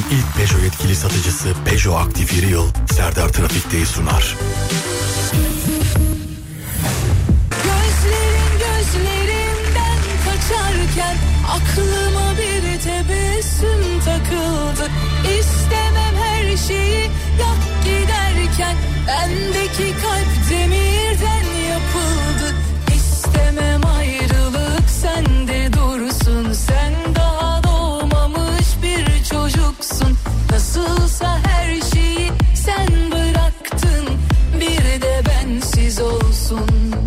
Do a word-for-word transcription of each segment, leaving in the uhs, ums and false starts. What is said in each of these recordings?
ilk Peugeot yetkili satıcısı Peugeot Aktif Yeri Yıl Serdar Trafik'teyi sunar. Gözlerin gözlerimden kaçarken aklıma bir tebessüm takıldı. İstemem her şeyi yak giderken bendeki kalp demirden yapıldı. İstemem ayrılık sende dursun, sen daha doğmamış bir çocuksun. Nasılsa her şeyi sen bıraktın, bir de bensiz olsun.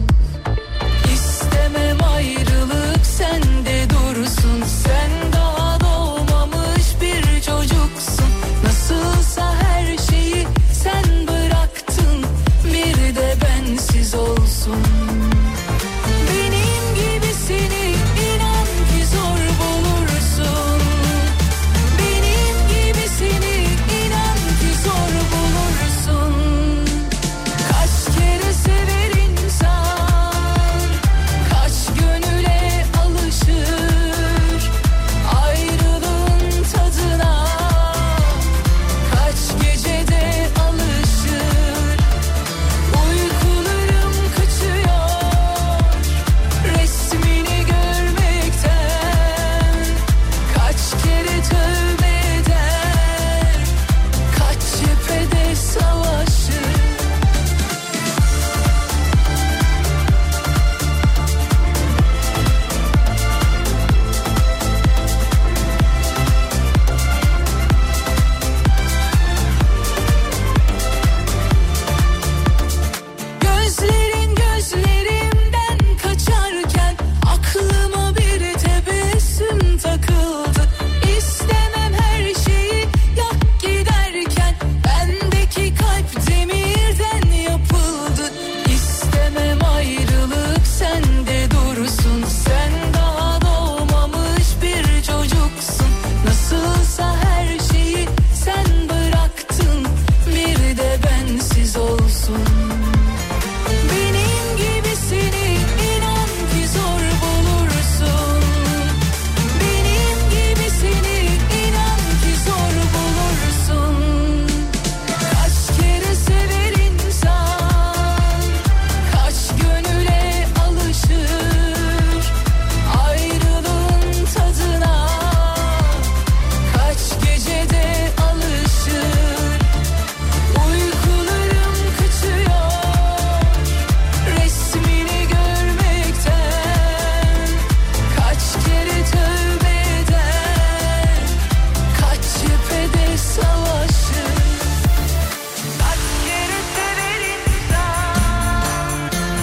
İstemem ayrılık sende dursun, sen daha doğmamış bir çocuksun. Nasılsa her şeyi sen bıraktın, bir de bensiz olsun. Benim gibisini inan ki zor bulursun. Benim gibisini inan ki zor bulursun. Kaç kere sever insan, kaç gönüle alışır ayrılığın tadına, kaç gecede alışır. Uykularım kaçıyor resmini görmekten, kaç kere tövbe eder, kaç cephede savaşır. Gözlerin gözlerimden kaçarken aklıma bir tebessüm takıldı. İstemem her şeyi yak giderken bendeki kalp demirden yapıldı. İstemem ayrılık sende dursun, sen daha doğmamış bir çocuksun. Nasılsa her şeyi sen bıraktın, bir de bensiz olsun. Benim gibisini inan ki zor bulursun. Benim gibisini inan ki zor bulursun. Kaç kere sever insan, kaç gönüle alışır ayrılığın tadına, kaç gecede alışır. Uykularım kaçıyor resmini görmekten, kaç kere tövbe eder, kaç cephede savaşır. Kaç kere sever insan,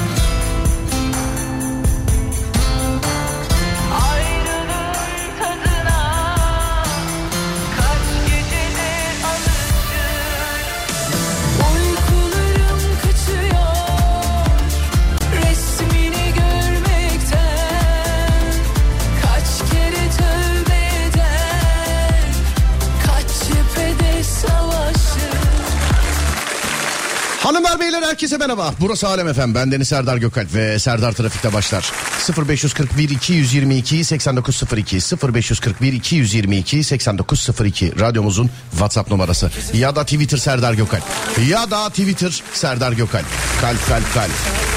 ayrılığın tadına, kaç gecede alışır. Uykularım kaçıyor resmini görmekten, kaç kere tövbe eder, kaç cephede savaşır. Hanımlar beyler herkese merhaba. Burası Alem F M. Ben Deniz Serdar Gökalp ve Serdar Trafik'te başlar. sıfır beş kırk bir iki yüz yirmi iki seksen dokuz sıfır iki sıfır beş kırk bir iki yüz yirmi iki seksen dokuz sıfır iki radyomuzun WhatsApp numarası. Ya da Twitter Serdar Gökalp. Ya da Twitter Serdar Gökalp. Kalp kalp kalp.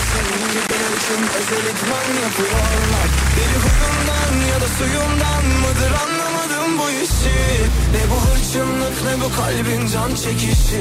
Deli huyundan ya da suyundan mıdır anlamadım bu işi. Ne bu hırçınlık ne bu kalbin can çekişi.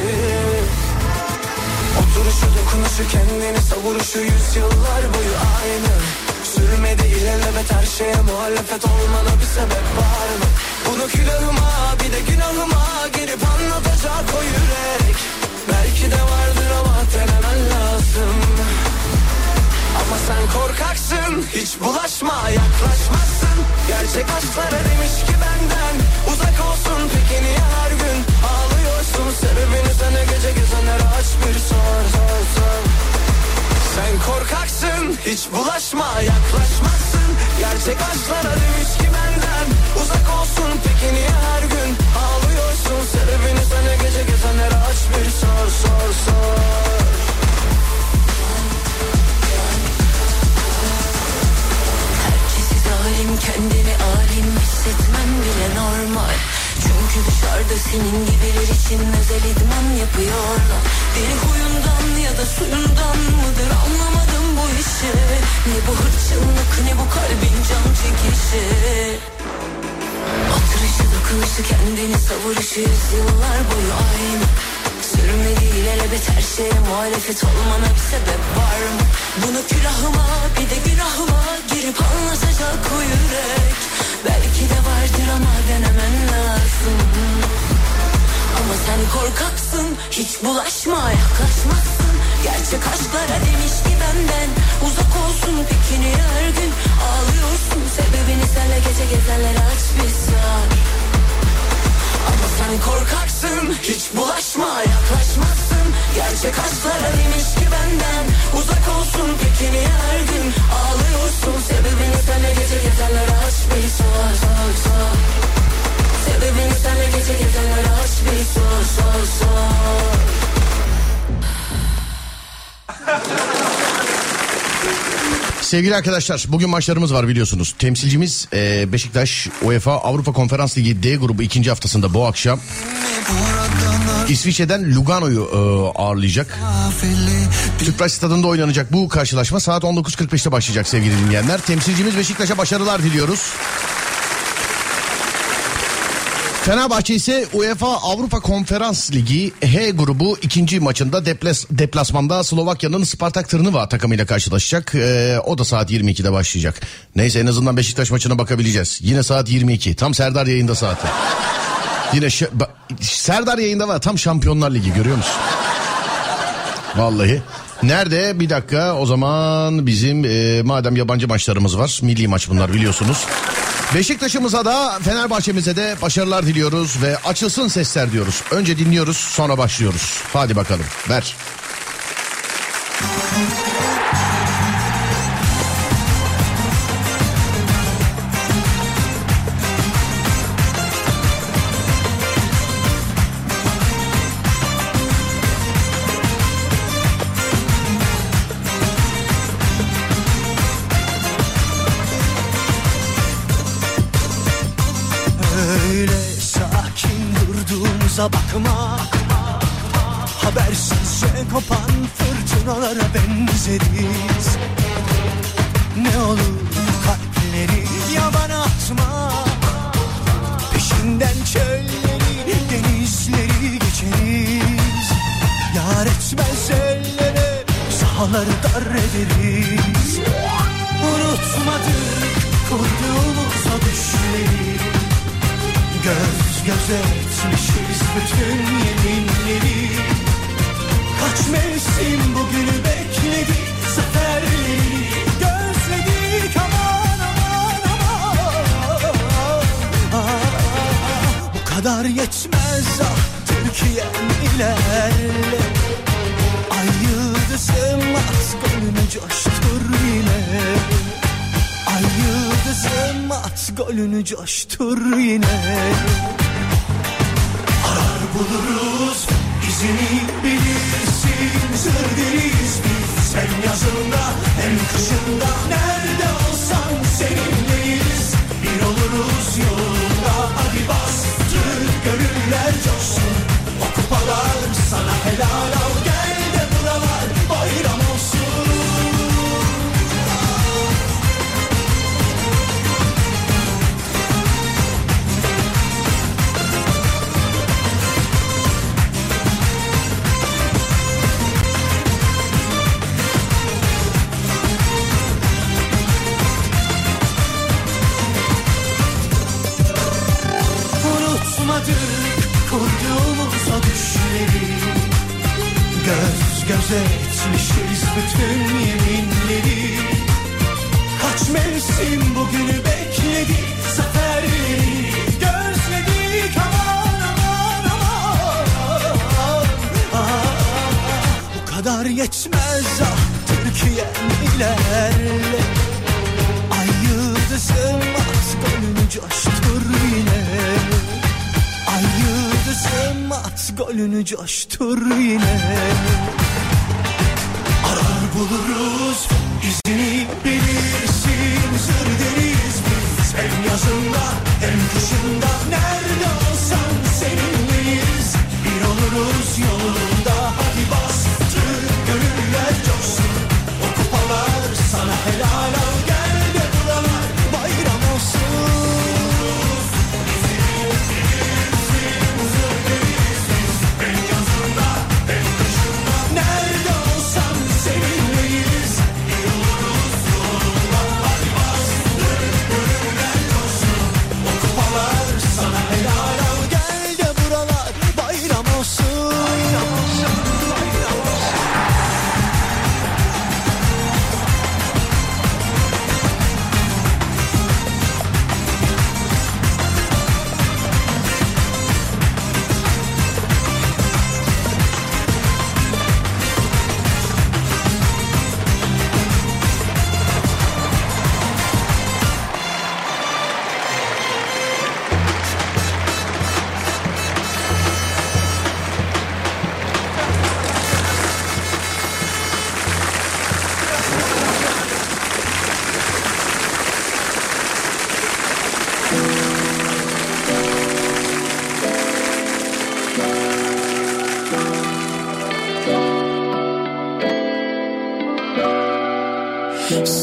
Oturuşu dokunuşu kendini savuruşu yüzyıllar boyu aynı. Sürmedi ilelebet her şeye muhalefet olmana bir sebep var mı? Bunu külahıma bir de günahıma girip anlatacak o yürek. Belki de vardır ama denemen lazım. Ama sen korkaksın, hiç bulaşma, yaklaşmazsın. Gerçek aşklara demiş ki benden uzak olsun. Peki niye her gün ağlıyorsun? Sebebini sana gece gezenlere aç bir sor, sor, sor. Sen korkaksın, hiç bulaşma, yaklaşmazsın. Gerçek aşklara demiş ki benden uzak olsun. Peki niye her gün ağlıyorsun? Sebebini sana gece gezenlere aç bir sor, sor, sor. Herkesi zalim, kendini alim hissetmen bile normal. dışarıda senin gibiler için özel idman yapıyorlar. Biri huyundan ya da suyundan mıdır anlamadım bu işi. Ne bu hırçınlık ne bu kalbin can çekişi. Oturuşu dokunuşu kendini savuruşu yüzyıllar boyu aynı. Sürmedi ilelebet her şeye muhalefet olmana bir sebep var mı? Bunu külahıma bir de günahıma girip anlatacak o yürek. Belki de vardır ama denemen lazım. Ama sen korkaksın, hiç bulaşma, yaklaşmazsın. Gerçek aşklara demiş ki benden uzak olsun. Peki niye her gün ağlıyorsun? Sebebini senle gece gezenlere aç bir sor. Ama sen korkaksın, hiç bulaşma, yaklaşmazsın. Gerçek aşklara demiş ki benden uzak olsun. Peki niye her gün ağlıyorsun? Sebebini senle gece gezenlere aç bir sor, sor, sor. Sebebini senle gece gezenlere aç bir sor, sor, sor. Sevgili arkadaşlar, bugün maçlarımız var biliyorsunuz. Temsilcimiz e, Beşiktaş UEFA Avrupa Konferans Ligi D grubu ikinci haftasında bu akşam İsviçre'den Lugano'yu e, ağırlayacak. Tüpraş Stadı'nda oynanacak bu karşılaşma saat on dokuz kırk beşte başlayacak sevgili dinleyenler. Temsilcimiz Beşiktaş'a başarılar diliyoruz. Fenerbahçe ise UEFA Avrupa Konferans Ligi H grubu ikinci maçında deplas, deplasmanda Slovakya'nın Spartak Trnava takımıyla karşılaşacak. Ee, o da saat yirmi ikide başlayacak. Neyse, en azından Beşiktaş maçına bakabileceğiz. Yine saat yirmi iki. Tam Serdar yayında saati. Yine ş- Serdar yayında var. Tam Şampiyonlar Ligi, görüyor musun? Vallahi. Nerede? Bir dakika, o zaman bizim e, madem yabancı maçlarımız var. Milli maç bunlar biliyorsunuz. Beşiktaş'ımıza da Fenerbahçe'mize de başarılar diliyoruz ve açılsın sesler diyoruz. Önce dinliyoruz, sonra başlıyoruz. Hadi bakalım, ver. Bakma, habersizce kopan fırtınalara benzeriz. Ne olur kalpleri yabana atma, peşinden çölleri denizleri geçeriz. Yar etmez ellere sahaları dar ederiz. Unutmadık kurduğumuz o düşleri, göz göze etmişiz bütün yeminleri. Kaç mevsim bugünü bekledik, zaferleri gözledik, aman aman aman. Ah, bu kadar yetmez ah Türkiye'm ilerle. Ay yıldızım at golünü coştur yine. Ay yıldızım at golünü coştur yine. Arar buluruz izini bilirsin, zır deriz biz. Hem yazında hem kışında nerede olsan seninleyiz. Bir oluruz yolunda, hadi bastır gönüller coşsun. O kupalar sana helal al, gel de buralar bayram olsun. Kurduğumuz o düşleri, göz göze etmişiz bütün yeminleri. Kaç mevsim bugünü bekledik, zaferleri gözledik, aman aman aman. Ah, bu kadar yetmez ah Türkiye'm ilerle. Ay yıldızım at golünü coştur yine. Ay yıldızım at golünü coştur yine. Arar buluruz izini bilirsin, zır deriz biz. Hem yazında hem kışında nerede olsan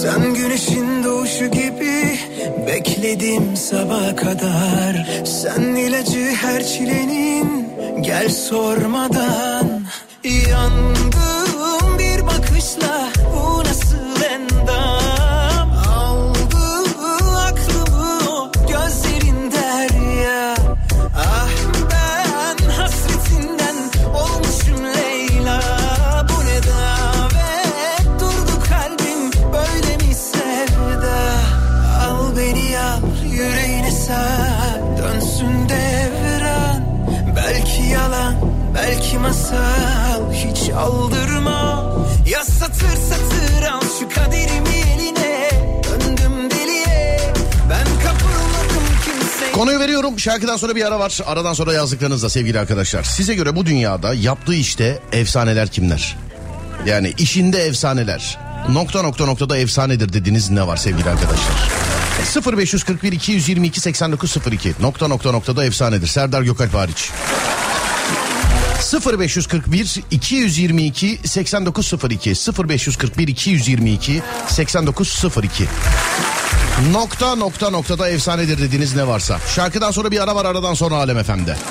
Sen güneşin doğuşu gibi bekledim sabaha kadar. Sen ilacı her çilenin, gel sormadan. Yandım bir bakışla, bu nasıl endam. Aldı aklımı o gözlerin derya. Ah ben hasretinden olmuşum Leyla. Bu ne davet, durdu kalbim böyle mi sevda. Al beni al yüreğine sar, dönsün devran. Belki yalan, belki masal, hiç aldırma. Ya satır satır al şu kaderimi eline. Döndüm deliye, ben kapılmadım kimseye. Konuyu veriyorum, şarkıdan sonra bir ara var. Aradan sonra yazdıklarınızla sevgili arkadaşlar. Size göre bu dünyada yaptığı işte efsaneler kimler? Yani işinde efsaneler. Nokta nokta noktada efsanedir dediğiniz ne var sevgili arkadaşlar? sıfır beş kırk bir iki yüz yirmi iki seksen dokuz sıfır iki nokta nokta noktada efsanedir. Serdar Gökalp hariç. sıfır beş kırk bir iki yüz yirmi iki seksen dokuz sıfır iki sıfır beş kırk bir iki yüz yirmi iki seksen dokuz sıfır iki nokta nokta noktada efsanedir dediğiniz ne varsa. Şarkıdan sonra bir ara var, aradan sonra Alem F M'de.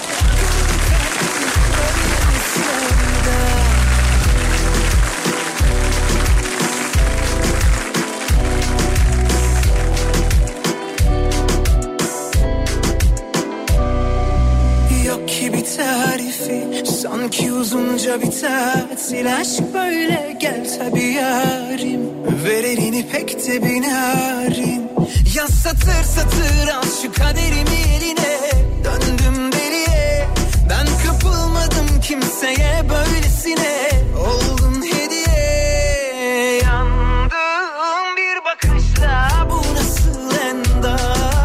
Sanki uzunca bir tatil, aşk böyle, gel tabi yarim. Ver elini pek de binarim. Ya satır satır al şu kaderimi eline. Döndüm deliye, ben kapılmadım kimseye böylesine. Oldun hediye, yandım bir bakışla, bu nasıl endam.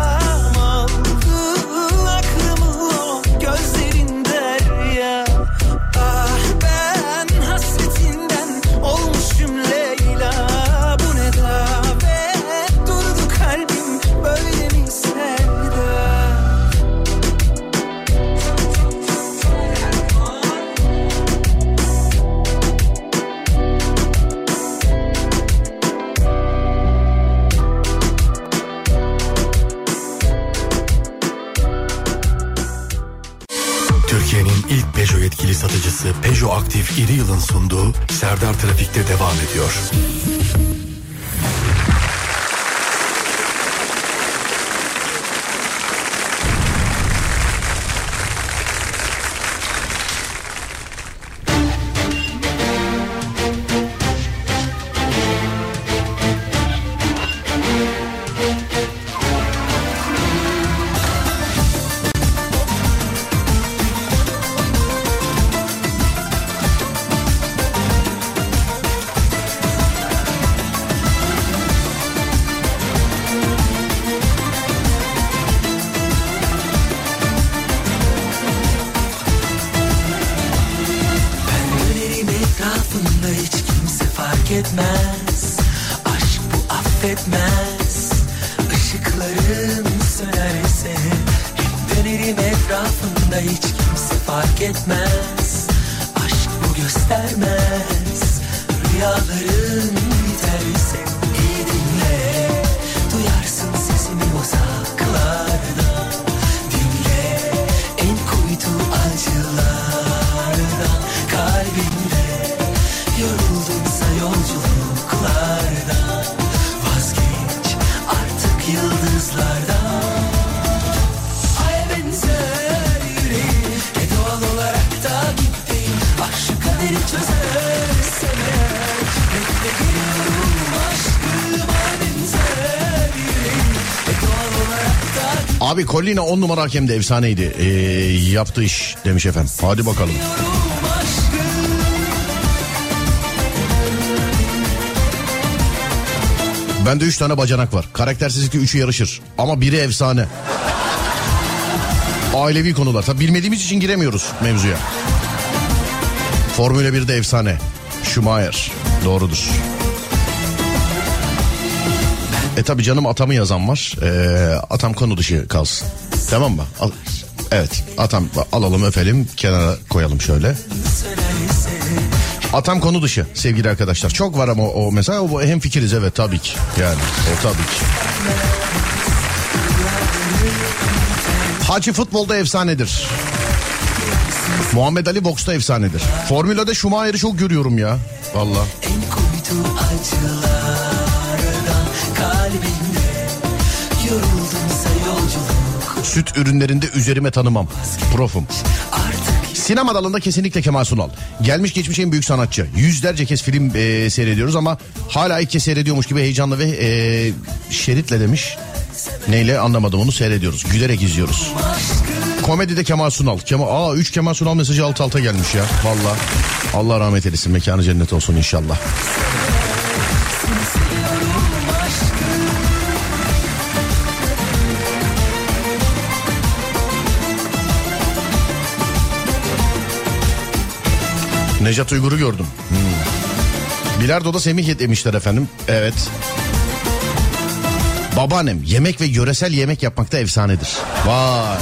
İlk Peugeot yetkili satıcısı Peugeot Aktif İri Yıl'ın sunduğu Serdar Trafik'te devam ediyor. Abi Collina on numara hakemde efsaneydi. Ee, yaptığı iş demiş efendim. Hadi bakalım. Bende üç tane bacanak var. Karaktersizlikte üçü yarışır. Ama biri efsane. Ailevi konular. Tabi bilmediğimiz için giremiyoruz mevzuya. Formula birde efsane. Schumacher. Doğrudur. E tabi canım atamı yazan var. Ee, atam konu dışı kalsın. Tamam mı? Al. Evet, atam alalım, öpelim, kenara koyalım şöyle. Atam konu dışı sevgili arkadaşlar. Çok var ama o, o mesela o hemfikiriz, evet tabii ki. Yani o tabii ki. Hacı futbolda efsanedir. Muhammed Ali boksta efsanedir. Formüla'da Schumacher'i çok görüyorum ya. Vallahi. Süt ürünlerinde üzerime tanımam. Profum. Sinema dalında kesinlikle Kemal Sunal. Gelmiş geçmiş en büyük sanatçı. Yüzlerce kez film e, seyrediyoruz ama hala ilk kez seyrediyormuş gibi heyecanlı ve e, şeritle demiş. Neyle anlamadım onu, seyrediyoruz. Gülerek izliyoruz. Komedide Kemal Sunal. Kemal, aa üç Kemal Sunal mesajı alt alta gelmiş ya. Vallahi Allah rahmet eylesin. Mekanı cennet olsun inşallah. Nejat Uygur'u gördüm. Hmm. Bilardo'da Semih demişler efendim. Evet. Babaannem yemek ve yöresel yemek yapmakta efsanedir. Vay.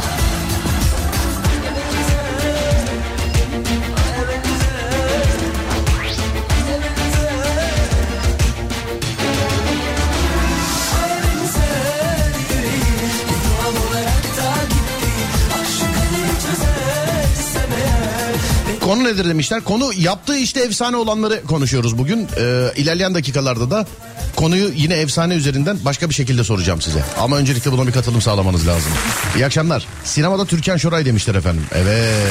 Konu nedir demişler. Konu yaptığı işte efsane olanları konuşuyoruz bugün. Ee, ilerleyen dakikalarda da konuyu yine efsane üzerinden başka bir şekilde soracağım size. Ama öncelikle buna bir katılım sağlamanız lazım. İyi akşamlar. Sinemada Türkan Şoray demişler efendim. Evet.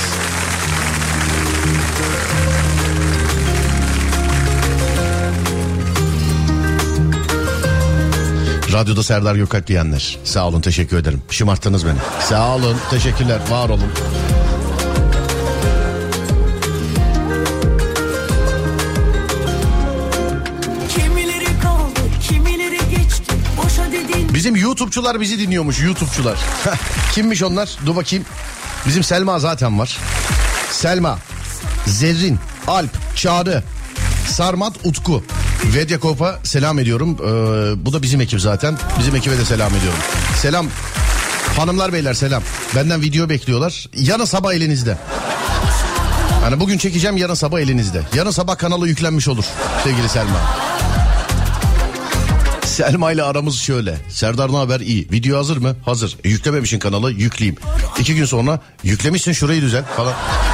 Radyoda Serdar Gökalp diyenler. Sağ olun, teşekkür ederim. Şımarttınız beni. Sağ olun, teşekkürler, var olun. Bizim YouTube'çular bizi dinliyormuş, YouTube'çular. Kimmiş onlar? Dur bakayım. Bizim Selma zaten var. Selma, Zerrin, Alp, Çağrı, Sarmat, Utku. Vedyakop'a selam ediyorum. Ee, bu da bizim ekip zaten. Bizim ekibe de selam ediyorum. Selam. Hanımlar beyler selam. Benden video bekliyorlar. Yarın sabah elinizde. Hani bugün çekeceğim, yarın sabah elinizde. Yarın sabah kanala yüklenmiş olur sevgili Selma. Selma ile aramız şöyle. Serdar ne haber? İyi. Video hazır mı? Hazır. E, yüklememişsin kanalı, yükleyeyim. İki gün sonra yüklemişsin, şurayı düzel falan.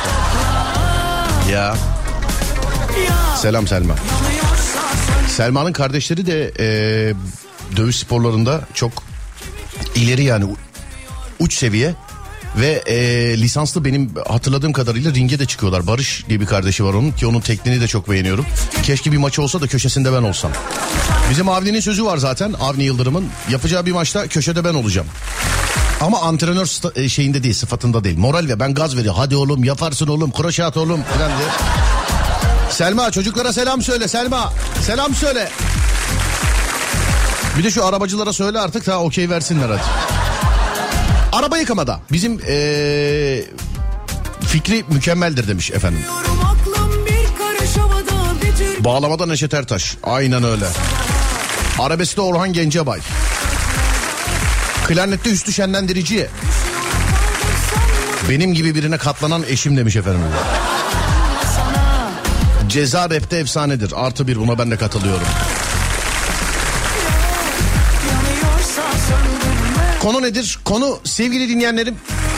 Ya. Selam Selma. Selma'nın kardeşleri de e, dövüş sporlarında çok ileri, yani uç seviye ve e, lisanslı, benim hatırladığım kadarıyla ringe de çıkıyorlar. Barış diye bir kardeşi var onun, ki onun tekniğini de çok beğeniyorum. Keşke bir maçı olsa da köşesinde ben olsam. Bizim Avni'nin sözü var zaten, Avni Yıldırım'ın. Yapacağı bir maçta köşede ben olacağım. Ama antrenör sta- şeyinde değil, sıfatında değil. Moral ve ben gaz veriyor. Hadi oğlum yaparsın oğlum, kroşe at oğlum falan diye. Selma, çocuklara selam söyle Selma. Selam söyle. Bir de şu arabacılara söyle artık, daha okey versinler hadi. Araba yıkamada bizim ee, Fikri mükemmeldir demiş efendim. Bağlamada Neşet Ertaş. Aynen öyle. Arabeskte Orhan Gencebay. Klarnette Hüsnü Şenlendirici. Benim gibi birine katlanan eşim demiş efendim. Ceza rapte efsanedir. Artı bir, buna ben de katılıyorum. Konu nedir? Konu sevgili dinleyenlerim,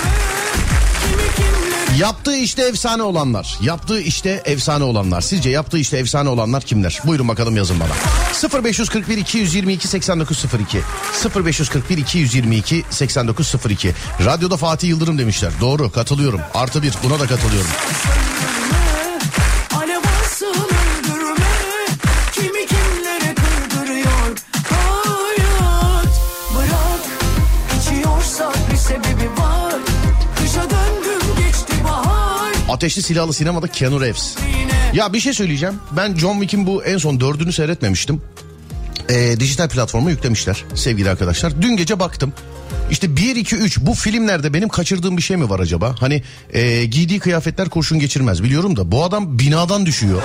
yaptığı işte efsane olanlar. Yaptığı işte efsane olanlar. Sizce yaptığı işte efsane olanlar kimler? Buyurun bakalım, yazın bana. sıfır beş kırk bir iki yüz yirmi iki seksen dokuz sıfır iki sıfır beş kırk bir iki yüz yirmi iki seksen dokuz sıfır iki. Radyoda Fatih Yıldırım demişler. Doğru, katılıyorum. Artı bir, buna da katılıyorum. Ateşli Silahlı Sinemada Keanu Reeves. Ya bir şey söyleyeceğim. Ben John Wick'in bu en son dördünü seyretmemiştim. Ee, dijital platforma yüklemişler sevgili arkadaşlar. Dün gece baktım. İşte bir, iki, üç bu filmlerde benim kaçırdığım bir şey mi var acaba? Hani e, giydiği kıyafetler kurşun geçirmez biliyorum da bu adam binadan düşüyor.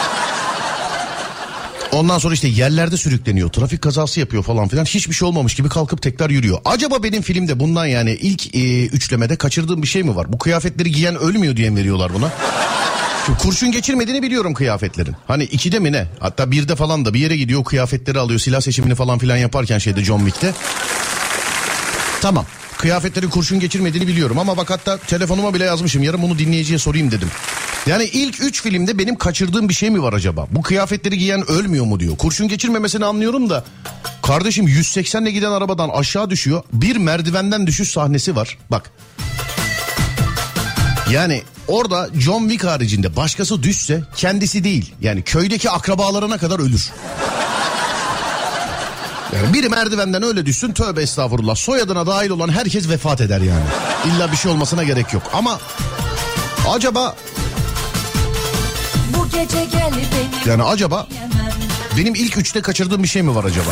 Ondan sonra işte yerlerde sürükleniyor, trafik kazası yapıyor falan filan. Hiçbir şey olmamış gibi kalkıp tekrar yürüyor. Acaba benim filmde bundan, yani ilk e, üçlemede kaçırdığım bir şey mi var? Bu kıyafetleri giyen ölmüyor diye mi veriyorlar buna? Şimdi kurşun geçirmediğini biliyorum kıyafetlerin. Hani ikide mi ne? Hatta birde falan da bir yere gidiyor, kıyafetleri alıyor, silah seçimini falan filan yaparken şeyde, John Wick'te. Tamam. Kıyafetlerin kurşun geçirmediğini biliyorum ama bak hatta telefonuma bile yazmışım. Yarın bunu dinleyiciye sorayım dedim. Yani ilk üç filmde benim kaçırdığım bir şey mi var acaba? Bu kıyafetleri giyen ölmüyor mu diyor. Kurşun geçirmemesini anlıyorum da kardeşim yüz seksenle giden arabadan aşağı düşüyor. Bir merdivenden düşüş sahnesi var. Bak. Yani orada John Wick haricinde başkası düşse kendisi değil. Yani köydeki akrabalarına kadar ölür. Yani biri merdivenden öyle düşsün, tövbe estağfurullah. Soyadına dahil olan herkes vefat eder yani. İlla bir şey olmasına gerek yok. Ama acaba... Bu gece gel benim. Yani acaba benim ilk üçte kaçırdığım bir şey mi var acaba?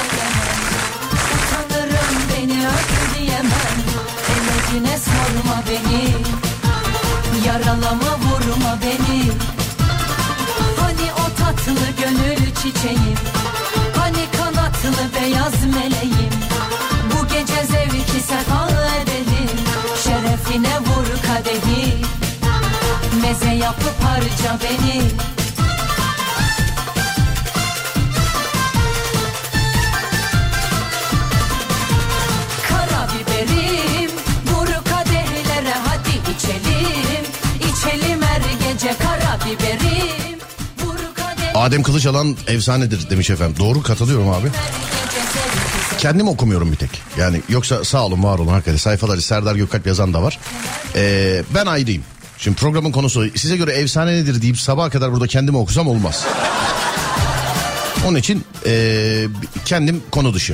Sanırım beni öp diyemem. Emeğine sorma beni. Yaralama vurma beni. Hani o tatlı gönül çiçeğim. Hani kanatlı beyaz meleğim. Bu gece zevki sefa edelim. Şerefine vur kadehi. Meze yapıp harca beni. Karabiberim vur kadehlere, hadi içelim. İçelim her gece karabiberim. Adem Kılıçalan efsanedir demiş efendim. Doğru, katılıyorum abi. Kendim okumuyorum bir tek. Yani yoksa sağ olun var olun hakikaten. Sayfaları Serdar Gökalp yazan da var. Ee, ben ayrıyım. Şimdi programın konusu size göre efsane nedir deyip sabaha kadar burada kendimi okusam olmaz. Onun için ee, kendim konu dışı.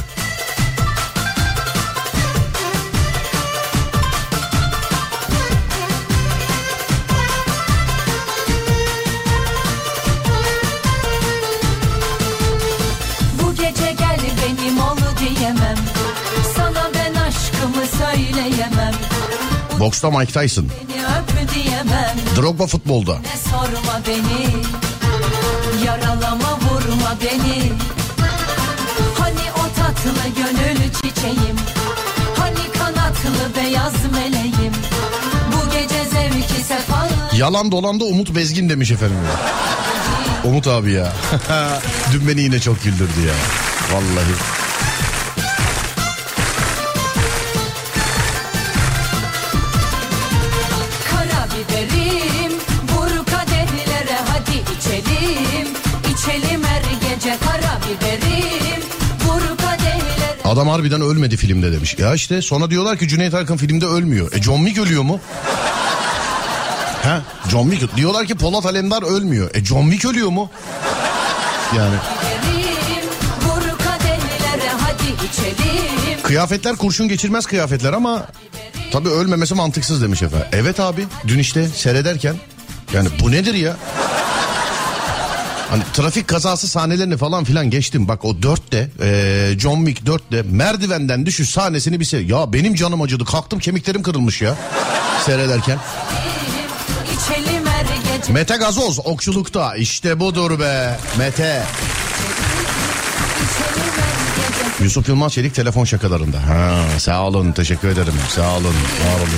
Boksta Mike Tyson. Drogba futbolda. Ne sorma beni. Yaralama vurma beni. Hani o tatlı gönül çiçeğim. Hani kanatlı beyaz meleğim. Bu gece zevki sefa. Yalan dolanda Umut Bezgin demiş efendim ya. Umut abi ya. Dün beni yine çok güldürdü ya. Vallahi. Adam harbiden ölmedi filmde demiş. Ya işte sonra diyorlar ki Cüneyt Arkın filmde ölmüyor. E John Wick ölüyor mu? Ha, John Wick diyorlar ki Polat Alemdar ölmüyor. E John Wick ölüyor mu? Yani. Kıyafetler kurşun geçirmez kıyafetler ama tabii ölmemesi mantıksız demiş efendim. Evet abi, dün işte seyrederken yani bu nedir ya? Hani trafik kazası sahnelerini falan filan geçtim. Bak o dörtte e, John Wick dörtte merdivenden düşüş sahnesini bir seyir. Ya benim canım acıdı, kalktım kemiklerim kırılmış ya seyrederken. Mete Gazoz okçulukta, işte budur be Mete. Yusuf Yılmaz Çelik telefon şakalarında. Ha, sağ olun, teşekkür ederim, sağ olun, var olun.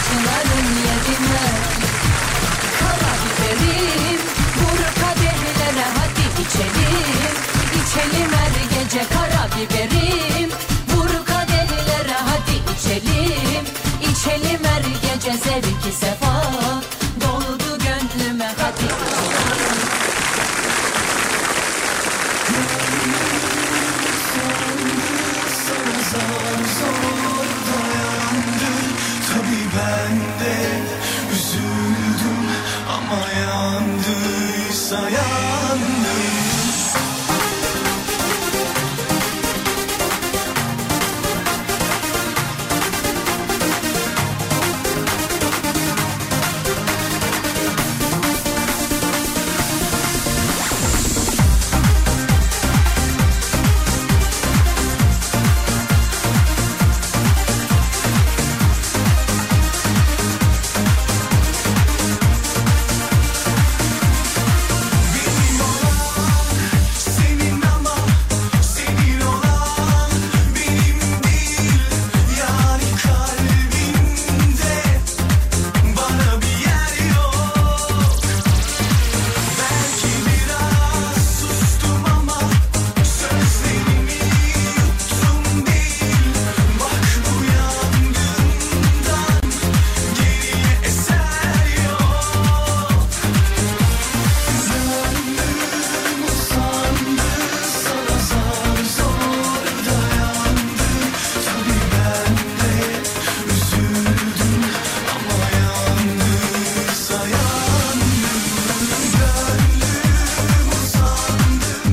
İçelim her gece karabiberim. Vur kadehlere hadi içelim. İçelim her gece zevki sefa. Doldu gönlüme hadi içelim. Zor zor dayandım. Tabii ben de üzüldüm ama yandıysa yandım.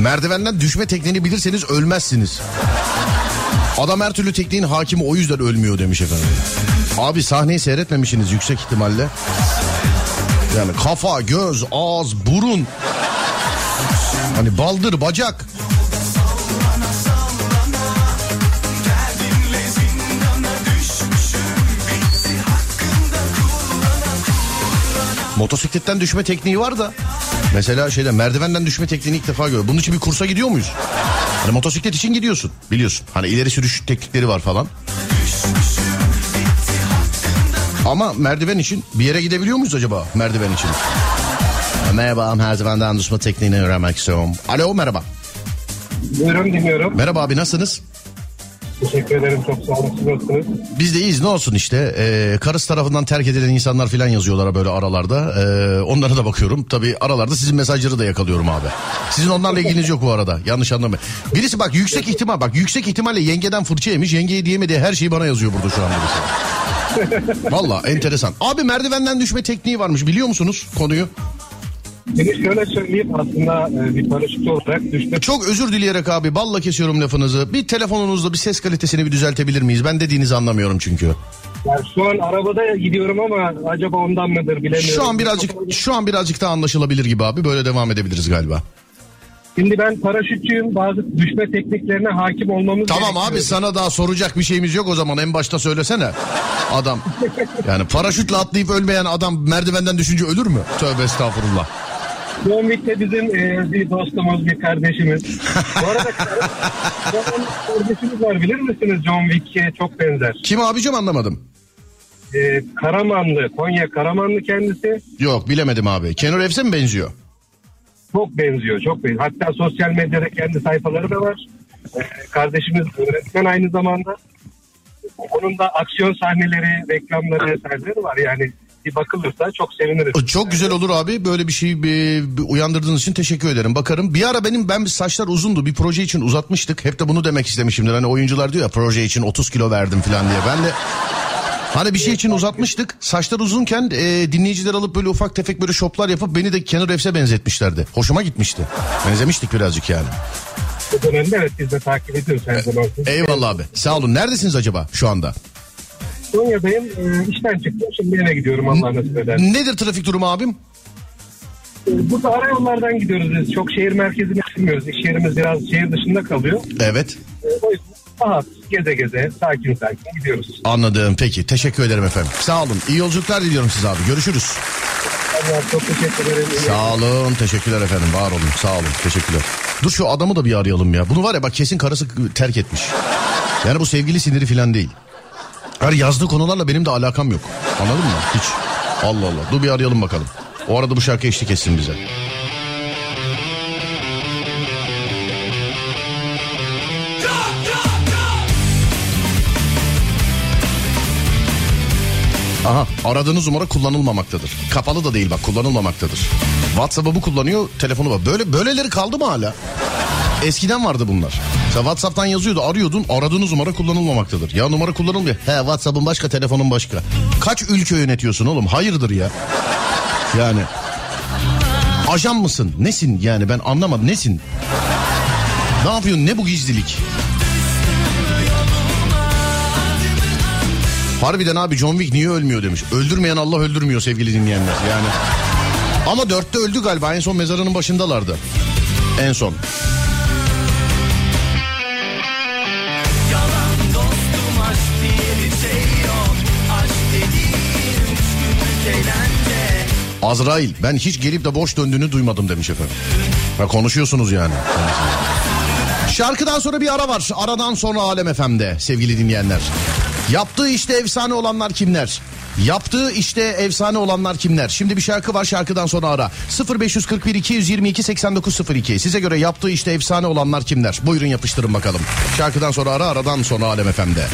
Merdivenden düşme tekniğini bilirseniz ölmezsiniz. Adam her türlü tekniğin hakimi, o yüzden ölmüyor demiş efendim. Abi sahneyi seyretmemişsiniz yüksek ihtimalle. Yani kafa, göz, ağız, burun. Hani baldır, bacak. Motosikletten düşme tekniği var da. Mesela şeyde merdivenden düşme tekniğini ilk defa görüyorum. Bunun için bir kursa gidiyor muyuz? Hani motosiklet için gidiyorsun biliyorsun. Hani ileri sürüş teknikleri var falan. Ama merdiven için bir yere gidebiliyor muyuz acaba merdiven için? Merhaba, merdivenden düşme tekniğini öğrenmek istiyorum. Alo, merhaba. Buyurun, dinliyorum. Merhaba abi, nasılsınız? Teşekkür ederim, çok sağ olun. Siz nasılsınız? Biz de iyiyiz, ne olsun işte. Ee, karısı tarafından terk edilen insanlar falan yazıyorlar böyle aralarda. Ee, onlara da bakıyorum. Tabii aralarda sizin mesajları da yakalıyorum abi. Sizin onlarla ilginiz yok bu arada. Yanlış anlamayın. Birisi bak yüksek ihtimal bak yüksek ihtimalle yengeden fırça yemiş. Yengeye diyemediği her şeyi bana yazıyor burada şu anda. Valla enteresan. Abi merdivenden düşme tekniği varmış, biliyor musunuz konuyu? Şimdi şöyle söyleyeyim, aslında bir paraşüt olarak düşme... Çok özür dileyerek abi, balla kesiyorum lafınızı. Bir telefonunuzda bir ses kalitesini bir düzeltebilir miyiz? Ben dediğinizi anlamıyorum çünkü. Yani şu an arabada gidiyorum ama acaba ondan mıdır bilemiyorum. Şu an birazcık şu an birazcık daha anlaşılabilir gibi abi. Böyle devam edebiliriz galiba. Şimdi ben paraşütçüyüm. Bazı düşme tekniklerine hakim olmamız Tamam gerekiyor. abi, sana daha soracak bir şeyimiz yok o zaman, en başta söylesene. Adam yani paraşütle atlayıp ölmeyen adam merdivenden düşünce ölür mü? Tövbe estağfurullah. John Wick de bizim e, bir dostumuz, bir kardeşimiz. Bu arada kardeşimiz var, bilir misiniz? John Wick'e çok benzer. Kim abicim, anlamadım. E, Karamanlı, Konya Karamanlı kendisi. Yok, bilemedim abi. Keanu Reeves'e mi benziyor? Çok benziyor, çok benziyor. Hatta sosyal medyada kendi sayfaları da var. Ee, kardeşimiz öğretmen aynı zamanda. Onun da aksiyon sahneleri, reklamları, eserleri var. Yani bir bakılırsa çok seviniriz. Çok güzel olur abi. Böyle bir şeyi bir, bir uyandırdığınız için teşekkür ederim. Bakarım. Bir ara benim ben bir saçlar uzundu. Bir proje için uzatmıştık. Hep de bunu demek istemişimdir. Hani oyuncular diyor ya, proje için otuz kilo verdim falan diye. Ben de hani bir şey için uzatmıştık. Saçlar uzunken e, dinleyiciler alıp böyle ufak tefek böyle şoplar yapıp beni de Keanu Reeves'e benzetmişlerdi. Hoşuma gitmişti. Benzemiştik birazcık yani. Bu dönemde evet, biz de takip ediyoruz her zaman. Eyvallah abi. Sağ olun. Neredesiniz acaba şu anda? Konya'dayım. E, işten çıktım. Şimdi eve gidiyorum, Allah nasip eder. Nedir trafik durumu abim? E, burada arayollardan gidiyoruz biz. Çok şehir merkezine gitmiyoruz. İş yerimiz biraz şehir dışında kalıyor. Evet. E, o yüzden rahat, geze geze, sakin sakin gidiyoruz. Anladım. Peki. Teşekkür ederim efendim. Sağ olun. İyi yolculuklar diliyorum size abi. Görüşürüz. Allah, çok teşekkür ederim. Sağ olun. Teşekkürler efendim. Var olun. Sağ olun. Teşekkürler. Dur şu adamı da bir arayalım ya. Bunu var ya bak, kesin karısı terk etmiş. Yani bu sevgili siniri falan değil. Her yazdığı konularla benim de alakam yok. Anladın mı? Hiç. Allah Allah. Dur bir arayalım bakalım. O arada bu şarkı eşlik etsin bize. Aha, aradığınız numara kullanılmamaktadır. Kapalı da değil bak, kullanılmamaktadır. WhatsApp'ı bu kullanıyor, telefonu var. Böyle böyleleri kaldı mı hala? Eskiden vardı bunlar. Sen WhatsApp'tan yazıyordu, arıyordun, aradığınız numara kullanılmamaktadır. Ya numara kullanılmıyor. He, WhatsApp'ın başka, telefonun başka. Kaç ülke yönetiyorsun oğlum? Hayırdır ya? Yani ajan mısın? Nesin yani, ben anlamadım. Nesin? Ne yapıyorsun? Ne bu gizlilik? Harbiden abi, John Wick niye ölmüyor demiş. Öldürmeyen Allah öldürmüyor sevgili dinleyenler yani. Ama dörtte öldü galiba, en son mezarının başındalardı. En son. Azrail, ben hiç gelip de boş döndüğünü duymadım demiş efendim. Ha, konuşuyorsunuz yani. Şarkıdan sonra bir ara var. Aradan sonra Alem F M'de sevgili dinleyenler. Yaptığı işte efsane olanlar kimler? Yaptığı işte efsane olanlar kimler? Şimdi bir şarkı var, şarkıdan sonra ara. sıfır beş kırk bir iki yüz yirmi iki seksen dokuz sıfır iki. Size göre yaptığı işte efsane olanlar kimler? Buyurun yapıştırın bakalım. Şarkıdan sonra ara, aradan sonra Alem F M'de.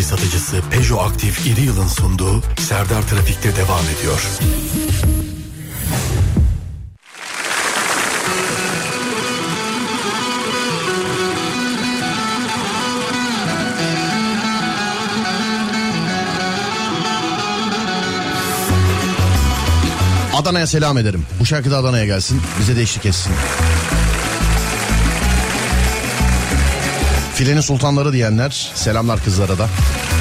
satıcısı Peugeot Aktif İri Yıl'ın sunduğu Serdar Trafik'te devam ediyor. Adana'ya selam ederim. Bu şarkı da Adana'ya gelsin. Bize de eşlik etsin. Filenin sultanları diyenler selamlar kızlara da.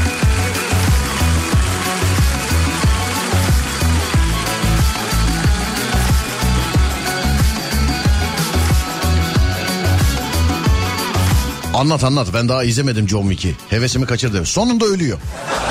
Anlat anlat, ben daha izlemedim John Wick'i. Hevesimi kaçırdı. Sonunda ölüyor.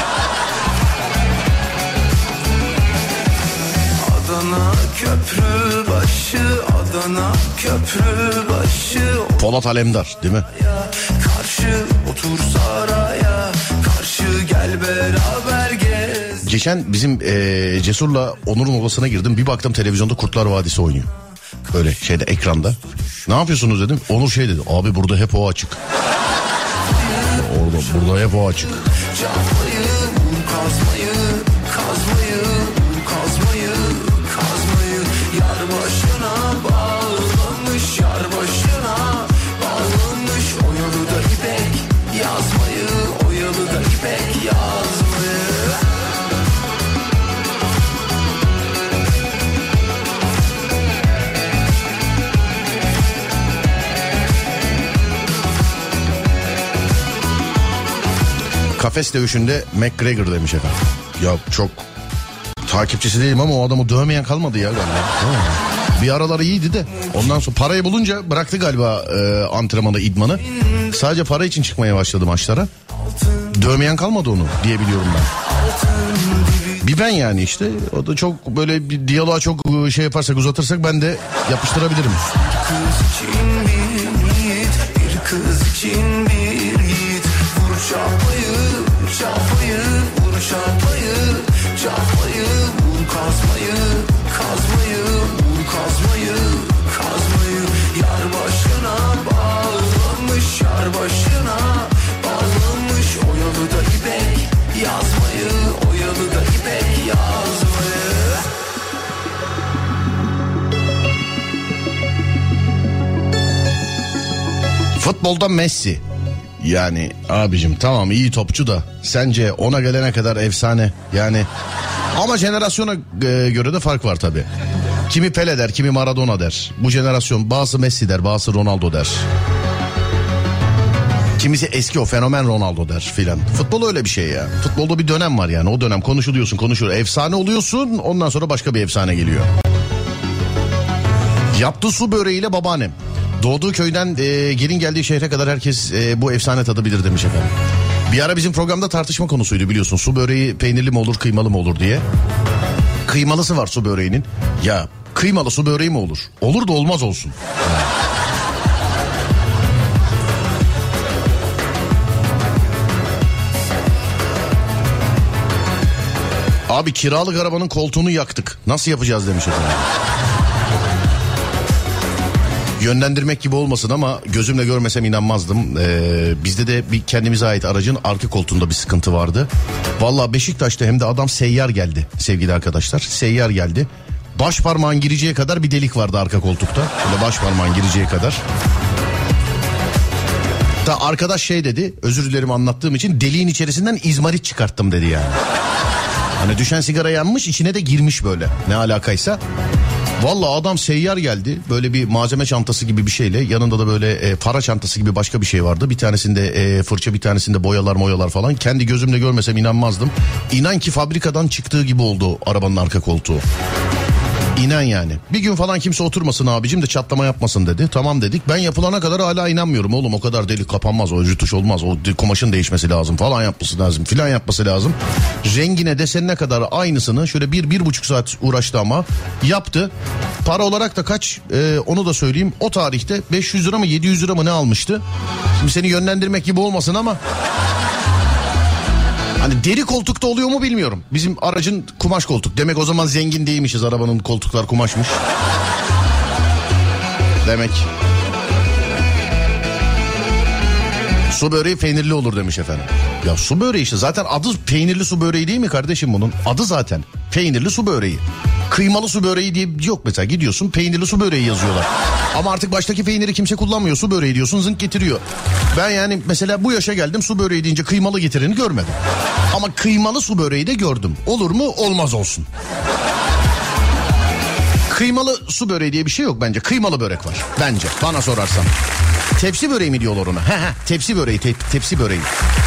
Adana köprü başı, Adana köprü başı. Polat Alemdar değil mi? Karşı otur saraya, karşı gel beraber gez. Geçen bizim ee, Cesur'la Onur'un odasına girdim. Bir baktım televizyonda Kurtlar Vadisi oynuyor. Böyle şeyde, ekranda. Ne yapıyorsunuz dedim. Onur şey dedi. Abi burada hep o açık. Orada, burada hep o açık. Çapayı, vur kazmayı, kazmayı, vur kazmayı, kazmayı. Yar başına bağlamış, yar başına bağlamış. Oyalı da ipek yazmayı, oyalı da ipek yazmayı. Kafes dövüşünde McGregor demiş efendim. Ya çok takipçisi değilim ama o adamı dövmeyen kalmadı ya galiba. Bir araları iyiydi de ondan sonra parayı bulunca bıraktı galiba e, antrenmanı, idmanı. Sadece para için çıkmaya başladı maçlara. Dövmeyen kalmadı onu diye biliyorum ben. Bir ben yani işte, o da çok böyle bir diyaloğa çok şey yaparsak, uzatırsak ben de yapıştırabilirim. Kız için bir yiğit, bir kız için bir yiğit. Vur çapayı, çapayı, vur çapayı, çapayı, vur kazmayı, kazmayı, vur kazmayı, kazmayı. Yar başına bağlamış, yar başına bağlamış. Oyalı da ipek yazmayı, oyalı da ipek yazmayı. Futbolda Messi. Yani abicim tamam, iyi topçu da sence ona gelene kadar efsane yani. Ama jenerasyona e, göre de fark var tabii. Kimi Pele der, kimi Maradona der. Bu jenerasyon bazı Messi der, bazı Ronaldo der. Kimisi eski o fenomen Ronaldo der filan. Futbol öyle bir şey ya. Futbolda bir dönem var yani. O dönem konuşuluyorsun, konuşuyor. Efsane oluyorsun, ondan sonra başka bir efsane geliyor. Yaptığı su böreğiyle babaannem. Doğduğu köyden e, gelin geldiği şehre kadar herkes e, bu efsane tadabilir demiş efendim. Bir ara bizim programda tartışma konusuydu biliyorsun. Su böreği peynirli mi olur, kıymalı mı olur diye. Kıymalısı var su böreğinin. Ya kıymalı su böreği mi olur? Olur da olmaz olsun. Abi kiralık arabanın koltuğunu yaktık. Nasıl yapacağız demiş efendim. Yönlendirmek gibi olmasın ama gözümle görmesem inanmazdım. Ee, bizde de bir kendimize ait aracın arka koltuğunda bir sıkıntı vardı. Vallahi Beşiktaş'ta hem de adam seyyar geldi sevgili arkadaşlar. Seyyar geldi. Baş parmağın gireceği kadar bir delik vardı arka koltukta. Böyle baş parmağın gireceği kadar. Da arkadaş şey dedi, özür dilerim anlattığım için, deliğin içerisinden izmarit çıkarttım dedi yani. Hani düşen sigara yanmış, içine de girmiş böyle. Ne alakaysa. Vallahi adam seyyar geldi. Böyle bir malzeme çantası gibi bir şeyle. Yanında da böyle e, para çantası gibi başka bir şey vardı. Bir tanesinde e, fırça, bir tanesinde boyalar moyalar falan. Kendi gözümle görmesem inanmazdım. İnan ki fabrikadan çıktığı gibi oldu arabanın arka koltuğu. İnan yani. Bir gün falan kimse oturmasın abicim de çatlama yapmasın dedi. Tamam dedik. Ben yapılana kadar hala inanmıyorum. Oğlum o kadar delik kapanmaz. O rütuş olmaz. O kumaşın değişmesi lazım falan yapması lazım. Filan yapması lazım. Rengine, desenine kadar aynısını şöyle bir, bir buçuk saat uğraştı ama yaptı. Para olarak da kaç ee, onu da söyleyeyim. O tarihte beş yüz lira mı yedi yüz lira mı ne almıştı? Şimdi seni yönlendirmek gibi olmasın ama... Hani deri koltukta oluyor mu bilmiyorum. Bizim aracın kumaş koltuk. Demek o zaman zengin değilmişiz. Arabanın koltuklar kumaşmış. Demek. Su böreği peynirli olur demiş efendim. Ya su böreği işte zaten adı peynirli su böreği değil mi kardeşim bunun? Adı zaten peynirli su böreği. Kıymalı su böreği diye yok mesela, gidiyorsun peynirli su böreği yazıyorlar. Ama artık baştaki peyniri kimse kullanmıyor, su böreği diyorsun zınk getiriyor. Ben yani mesela bu yaşa geldim, su böreği deyince kıymalı getireni görmedim. Ama kıymalı su böreği de gördüm. Olur mu? Olmaz olsun. Kıymalı su böreği diye bir şey yok bence. Kıymalı börek var bence, bana sorarsan. Tepsi böreği mi diyorlar ona? He he, tepsi böreği, te- tepsi böreği.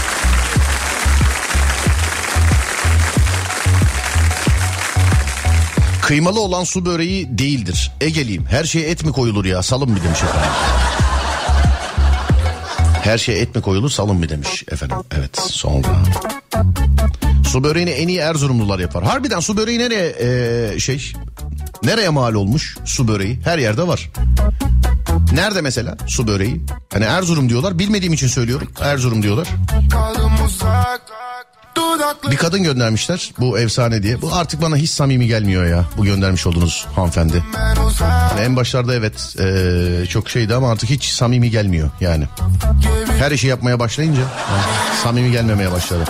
Kıymalı olan su böreği değildir. Egeliyim. Her şeye et mi koyulur ya? Salın mı demiş efendim. Her şeye et mi koyulur, salın mı demiş efendim. Evet, sonra. Su böreğini en iyi Erzurumlular yapar. Harbiden su böreği nereye ee, şey... Nereye mal olmuş su böreği? Her yerde var. Nerede mesela su böreği? Hani Erzurum diyorlar. Bilmediğim için söylüyorum. Erzurum diyorlar. Bir kadın göndermişler bu efsane diye. Bu artık bana hiç samimi gelmiyor ya. Bu göndermiş olduğunuz hanımefendi. Yani en başlarda evet ee, çok şeydi ama artık hiç samimi gelmiyor yani. Her işi yapmaya başlayınca yani, samimi gelmemeye başladı.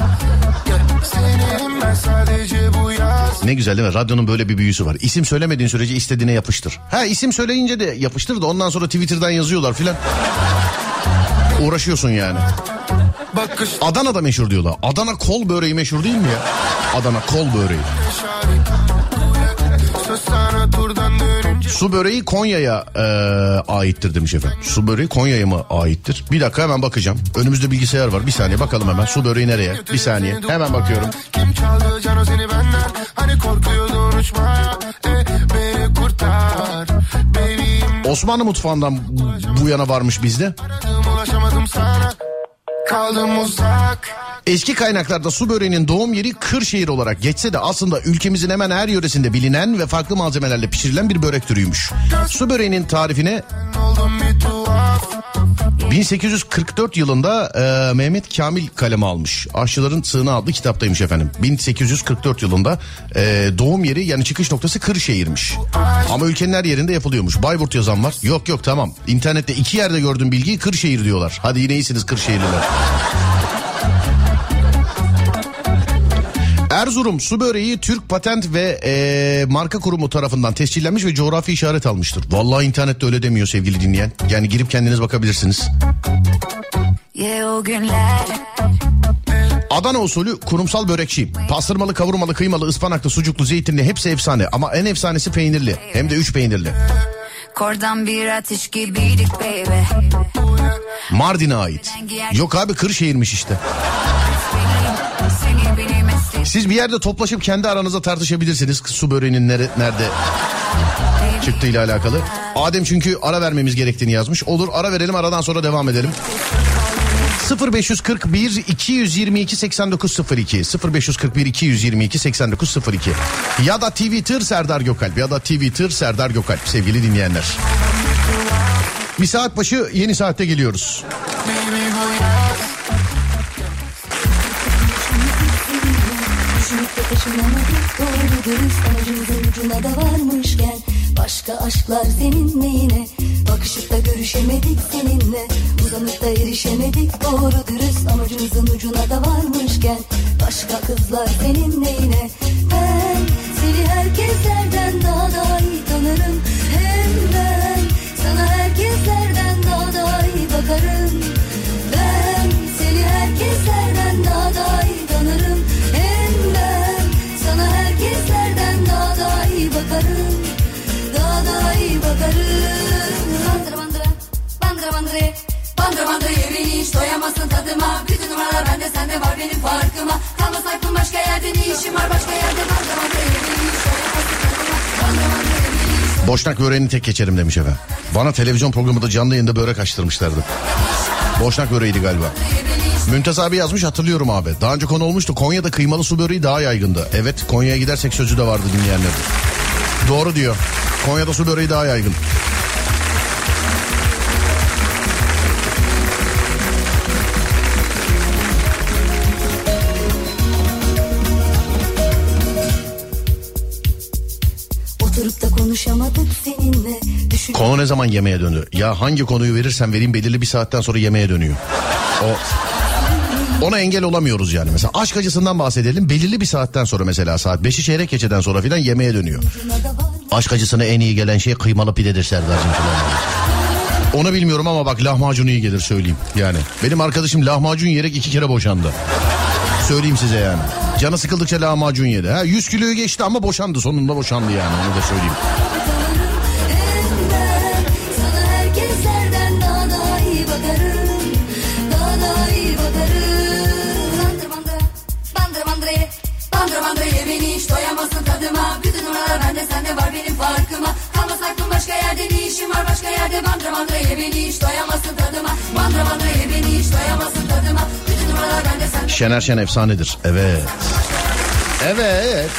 Ne güzel değil mi? Radyonun böyle bir büyüsü var. İsim söylemediğin sürece istediğine yapıştır. Ha, isim söyleyince de yapıştır da ondan sonra Twitter'dan yazıyorlar filan. Uğraşıyorsun yani. Adana'da meşhur diyorlar. Adana kol böreği meşhur değil mi ya? Adana kol böreği. Su böreği Konya'ya e, aittir demiş efendim. Su böreği Konya'ya mı aittir? Bir dakika, hemen bakacağım. Önümüzde bilgisayar var. Bir saniye bakalım hemen. Su böreği nereye? Bir saniye. Hemen bakıyorum. Kim çaldı cano seni benden? Hani korkuyordun uçmaya. E, beni kurtar. Osmanlı mutfağından bu yana varmış bizde. Ulaşamadım sana. Kaldım uzak. Eski kaynaklarda su böreğinin doğum yeri Kırşehir olarak geçse de aslında ülkemizin hemen her yöresinde bilinen ve farklı malzemelerle pişirilen bir börek türüymüş. Su böreğinin tarifine bin sekiz yüz kırk dört yılında e, Mehmet Kamil kaleme almış. Aşçıların Sığınağı adlı kitaptaymış efendim. bin sekiz yüz kırk dört yılında e, doğum yeri yani çıkış noktası Kırşehir'miş. Ama ülkenin her yerinde yapılıyormuş. Bayburt yazan var. Yok yok tamam. İnternette iki yerde gördüğüm bilgiyi Kırşehir diyorlar. Hadi yine iyisiniz Kırşehirliler. Erzurum su böreği Türk Patent ve e, Marka Kurumu tarafından tescillenmiş ve coğrafi işaret almıştır. Vallahi internette öyle demiyor sevgili dinleyen. Yani girip kendiniz bakabilirsiniz. Adana usulü kurumsal börekçi. Pastırmalı, kavurmalı, kıymalı, ıspanaklı, sucuklu, zeytinli hepsi efsane. Ama en efsanesi peynirli. Hem de üç peynirli. Kordan bir ateş gibiydik baby. Mardin'e ait. Yok abi Kırşehir'miş işte. Siz bir yerde toplaşıp kendi aranızda tartışabilirsiniz su böreğinin nere, nerede çıktığıyla alakalı. Adem çünkü ara vermemiz gerektiğini yazmış. Olur, ara verelim, aradan sonra devam edelim. sıfır beş kırk bir iki yüz yirmi iki seksen dokuz sıfır iki sıfır beş kırk bir iki yüz yirmi iki seksen dokuz sıfır iki ya da Twitter Serdar Gökalp ya da Twitter Serdar Gökalp sevgili dinleyenler. Bir saat başı yeni saatte geliyoruz. Taşınamadık doğru dürüst amacımızın ucuna da varmışken başka aşklar senin neyine? Bakışıp da görüşemedik seninle, uzanıp da erişemedik doğru dürüst amacımızın ucuna da varmışken başka kızlar senin neyine? Ben seni herkeslerden daha da iyi tanırım, hem ben sana herkeslerden daha da iyi bakarım. Ben seni herkeslerden daha da iyi tanırım, hem ben sana herkeslerden daha da iyi bakarım, daha da iyi bakarım. Bandıra bandıra, bandıra bandıra, bandıra bandıra yemeğini hiç doyamazsın tadıma. Bütün numaralar bende, sende var benim farkıma. Kalmaz aklım başka yerde, ne işim var başka yerde. Bandıra bandıra yemeğini hiç doyamazsın tadıma. Bandıra bandıra yemeğini hiç. Boşnak böreğini tek geçerim demiş efendim. Bana televizyon programında canlı yayında börek açtırmışlardı. Boşnak böreğiydi galiba. Mümtaz abi yazmış, hatırlıyorum abi. Daha önce konu olmuştu. Konya'da kıymalı su böreği daha yaygındı. Evet, Konya'ya gidersek sözü de vardı dinleyenler. Doğru diyor. Konya'da su böreği daha yaygın. Oturup da konuşamadık seninle. Konu ne zaman yemeğe döndü? Ya hangi konuyu verirsen vereyim belirli bir saatten sonra yemeğe dönüyor. O Ona engel olamıyoruz yani. Mesela aşk acısından bahsedelim. Belirli bir saatten sonra, mesela saat beşi çeyrek geçeden sonra filan yemeğe dönüyor. Aşk acısına en iyi gelen şey kıymalı pidedir Serdar'cığım falan. Onu bilmiyorum ama bak lahmacun iyi gelir söyleyeyim yani. Benim arkadaşım lahmacun yiyerek iki kere boşandı. Söyleyeyim size yani. Canı sıkıldıkça lahmacun yedi. Ha, yüz kiloyu geçti ama boşandı, sonunda boşandı yani, onu da söyleyeyim. Bandırmandıraya beni hiç doyamazsın tadıma. Bütün oralar bende, sende var benim farkıma. Kalmaz aklım başka yerde, ne işim var başka yerde. Bandırmandıraya beni hiç doyamazsın tadıma. Bandırmandıraya beni hiç doyamazsın tadıma. Bütün oralar bende, sende. Şener Şen efsanedir. Evet. Evet.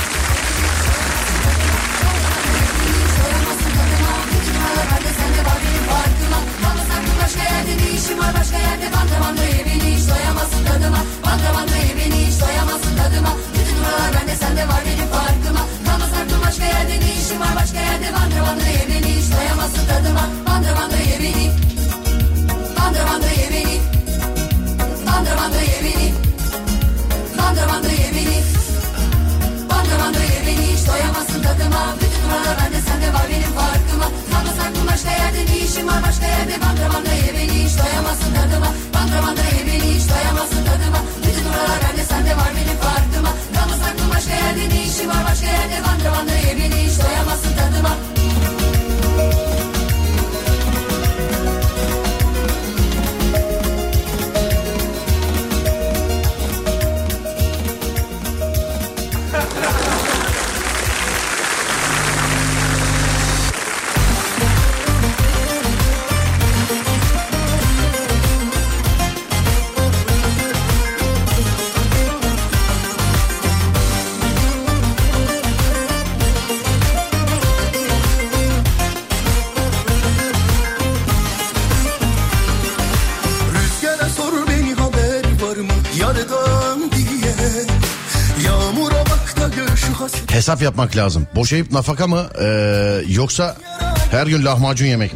Hesap yapmak lazım. Boşayıp nafaka mı ee, yoksa her gün lahmacun yemek mi?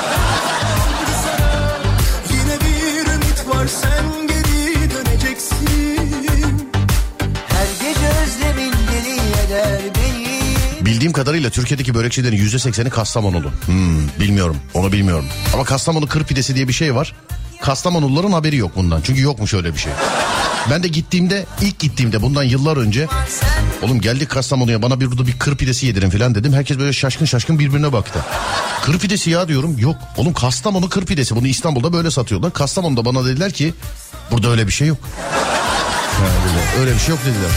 Yine bir ümit var, sen geri döneceksin. Her gece özlemin deli eder beni. Bildiğim kadarıyla Türkiye'deki börekçilerin yüzde sekseni Kastamonulu. Hmm, bilmiyorum, onu bilmiyorum. Ama Kastamonu kır pidesi diye bir şey var. Kastamonuluların haberi yok bundan. Çünkü yokmuş öyle bir şey. Ben de gittiğimde, ilk gittiğimde bundan yıllar önce, oğlum geldik Kastamonu'ya, bana bir burada bir kır pidesi yedirin falan dedim. Herkes böyle şaşkın şaşkın birbirine baktı. Kır pidesi ya diyorum. Yok oğlum, Kastamonu kır pidesi. Bunu İstanbul'da böyle satıyorlar. Kastamonu'da bana dediler ki burada öyle bir şey yok. Yani öyle bir şey yok dediler.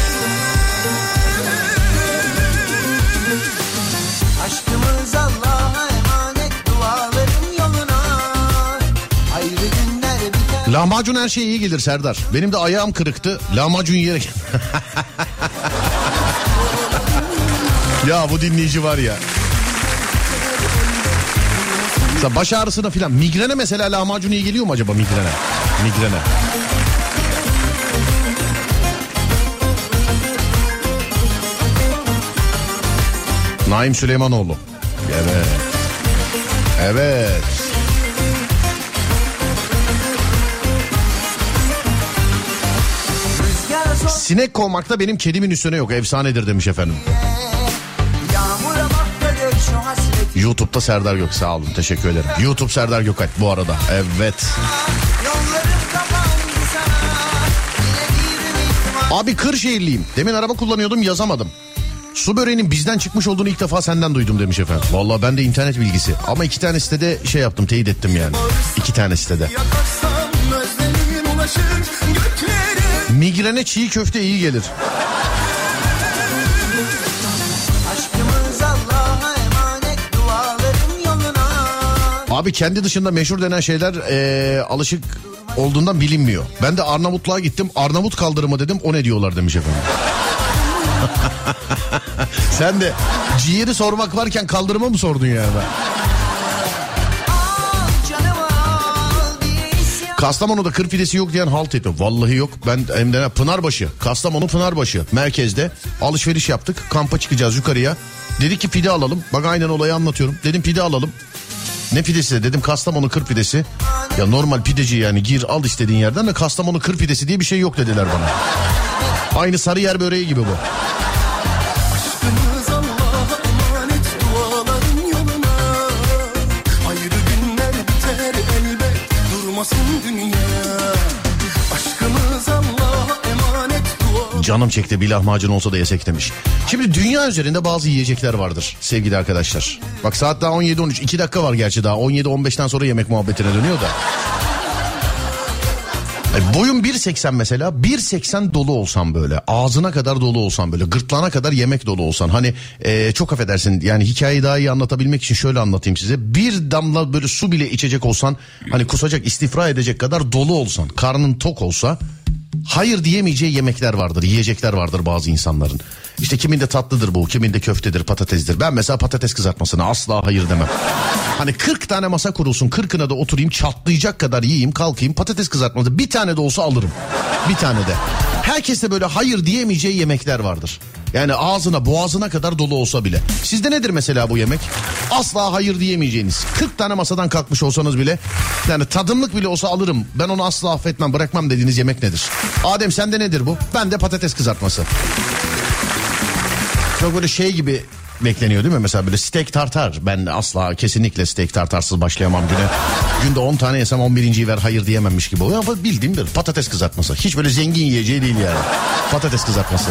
Aşkımız Allah'a emanet, duaların yoluna. Ayrı günler biter. Lahmacun her şeye iyi gelir Serdar. Benim de ayağım kırıktı. Lahmacun yiyerek. Ya bu dinleyici var ya. Mesela baş ağrısına filan, migrene mesela lahmacun iyi geliyor mu acaba, migrene? Migrene. Naim Süleymanoğlu. Evet. Evet. Sinek kovmakta benim kedimin üstüne yok, efsanedir demiş efendim. YouTube'da Serdar Gök, sağ olun, teşekkür ederim. YouTube Serdar Gökalp bu arada, evet. Abi Kırşehirliyim, demin araba kullanıyordum, yazamadım. Su böreğinin bizden çıkmış olduğunu ilk defa senden duydum demiş efendim. Vallahi ben de internet bilgisi, ama iki tane sitede şey yaptım, teyit ettim yani. İki tane sitede. Migrene çiğ köfte iyi gelir. Abi kendi dışında meşhur denen şeyler ee, alışık olduğundan bilinmiyor. Ben de Arnavutluğa gittim. Arnavut kaldırımı dedim. O ne diyorlar demiş efendim. Sen de ciğeri sormak varken kaldırıma mı sordun yani? Kastamonu'da kır pidesi yok diyen halt etti. Vallahi yok. Ben hem de Pınarbaşı. Kastamonu Pınarbaşı. Merkezde alışveriş yaptık. Kampa çıkacağız yukarıya. Dedik ki pide alalım. Bak aynen olayı anlatıyorum. Dedim pide alalım. Ne pidesi dedim, Kastamonu kır pidesi. Ya normal pideci yani, gir al istediğin yerden de Kastamonu kır pidesi diye bir şey yok dediler bana. Aynı Sarıyer böreği gibi bu. Canım çekti, bir lahmacun olsa da yesek demiş. Şimdi dünya üzerinde bazı yiyecekler vardır sevgili arkadaşlar. Bak saat daha on yedi on üç, iki dakika var gerçi daha. on yedi on beşten sonra yemek muhabbetine dönüyor da. E, boyum bir seksen mesela, bir seksen dolu olsam böyle, ağzına kadar dolu olsam böyle, gırtlağına kadar yemek dolu olsan. Hani e, çok affedersin yani, hikayeyi daha iyi anlatabilmek için şöyle anlatayım size. Bir damla böyle su bile içecek olsan, hani kusacak, istifra edecek kadar dolu olsan, karnın tok olsa, hayır diyemeyeceği yemekler vardır, yiyecekler vardır bazı insanların. İşte kiminde tatlıdır bu, kiminde köftedir, patatesdir. Ben mesela patates kızartmasına asla hayır demem. Hani kırk tane masa kurulsun, kırkına da oturayım, çatlayacak kadar yiyeyim, kalkayım, patates kızartması bir tane de olsa alırım. Bir tane de. Herkeste böyle hayır diyemeyeceği yemekler vardır. Yani ağzına, boğazına kadar dolu olsa bile. Sizde nedir mesela bu yemek? Asla hayır diyemeyeceğiniz. kırk tane masadan kalkmış olsanız bile, yani tadımlık bile olsa alırım, ben onu asla affetmem, bırakmam dediğiniz yemek nedir? Adem sende nedir bu? Ben de patates kızartması. Çok böyle şey gibi bekleniyor değil mi? Mesela böyle steak tartar. Ben asla, kesinlikle steak tartarsız başlayamam güne. Günde on tane yesem on birinciyi ver hayır diyememmiş gibi oluyor. Ama bildiğim bir patates kızartması. Hiç böyle zengin yiyeceği değil yani. Patates kızartması.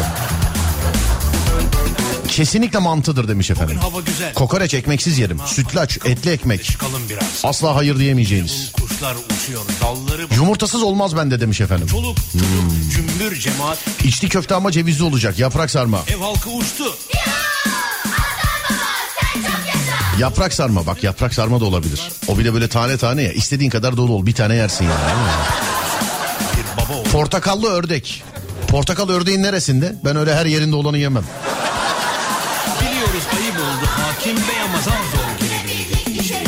Kesinlikle mantıdır demiş efendim. Kokoreç ekmeksiz yerim. Sütlaç, etli ekmek. Asla hayır diyemeyeceğiniz. Kuşlar uçuyor, dalları... Yumurtasız olmaz bende demiş efendim. Çoluk, çoluk, hmm. cümbür cemaat. İçli köfte ama cevizli olacak. Yaprak sarma. Ev halkı uçtu. Ya, baba, sen çok yaşa. Yaprak sarma, bak yaprak sarma da olabilir. O bile böyle tane tane ya. İstediğin kadar dolu ol. Bir tane yersin yani. Portakallı ördek. Portakal ördeğin neresinde? Ben öyle her yerinde olanı yemem. Ayıp oldu, hakim bey ama zar zor gelebildi içeri.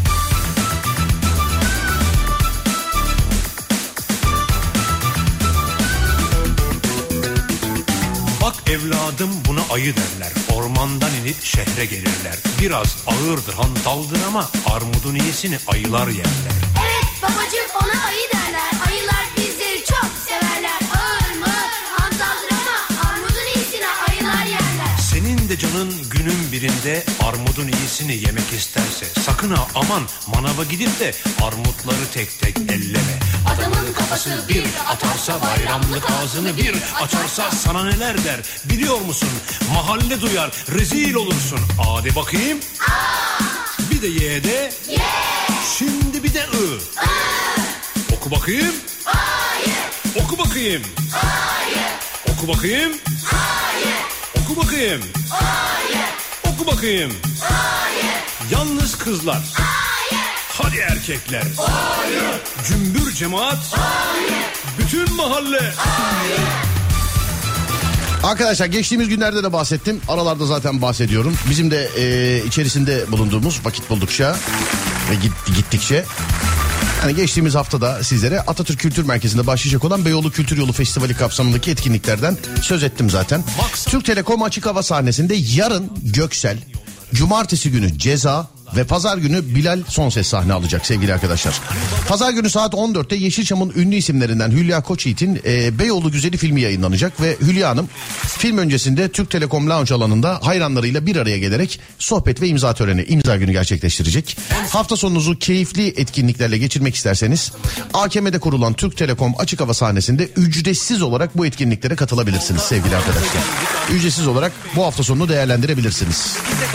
Bak evladım, buna ayı derler. Ormandan inip şehre gelirler. Biraz ağırdır, hantaldır ama armudun iyisini ayılar yerler. Evet babacığım, ona ayı derler. Ayılar bizleri çok severler. Ağır mı, hantaldır ama armudun iyisini ayılar yerler. Senin de canın günün birinde armudun iyisini yemek isterse sakın ha aman manava gidip de armutları tek tek elleme. Adamın kafası bir atarsa, bayramlık ağzını bir açarsa sana neler der biliyor musun? Mahalle duyar, rezil olursun. Hadi bakayım. Aa. Bir de ye de. Ye. Şimdi bir de ı. Aa. Oku bakayım. Hayır. Oku bakayım. Hayır. Oku bakayım. Hayır. Oku bakayım. Hayır. Oku bakayım. Hayır. Yalnız kızlar. Hayır. Hadi erkekler. Hayır. Cümbür cemaat. Hayır. Bütün mahalle. Hayır. Arkadaşlar geçtiğimiz günlerde de bahsettim. Aralarda zaten bahsediyorum. Bizim de e, içerisinde bulunduğumuz, vakit buldukça ve gittikçe... Yani geçtiğimiz haftada sizlere Atatürk Kültür Merkezi'nde başlayacak olan Beyoğlu Kültür Yolu Festivali kapsamındaki etkinliklerden söz ettim zaten. Türk Telekom açık hava sahnesinde yarın Göksel, cumartesi günü Ceza ve pazar günü Bilal Sonses sahne alacak sevgili arkadaşlar. Pazar günü saat on dörtte Yeşilçam'ın ünlü isimlerinden Hülya Koçyiğit'in e, Beyoğlu Güzeli filmi yayınlanacak ve Hülya Hanım film öncesinde Türk Telekom Lounge alanında hayranlarıyla bir araya gelerek sohbet ve imza töreni, imza günü gerçekleştirecek. Hafta sonunuzu keyifli etkinliklerle geçirmek isterseniz A K M'de kurulan Türk Telekom açık hava sahnesinde ücretsiz olarak bu etkinliklere katılabilirsiniz sevgili arkadaşlar. Ücretsiz olarak bu hafta sonunu değerlendirebilirsiniz.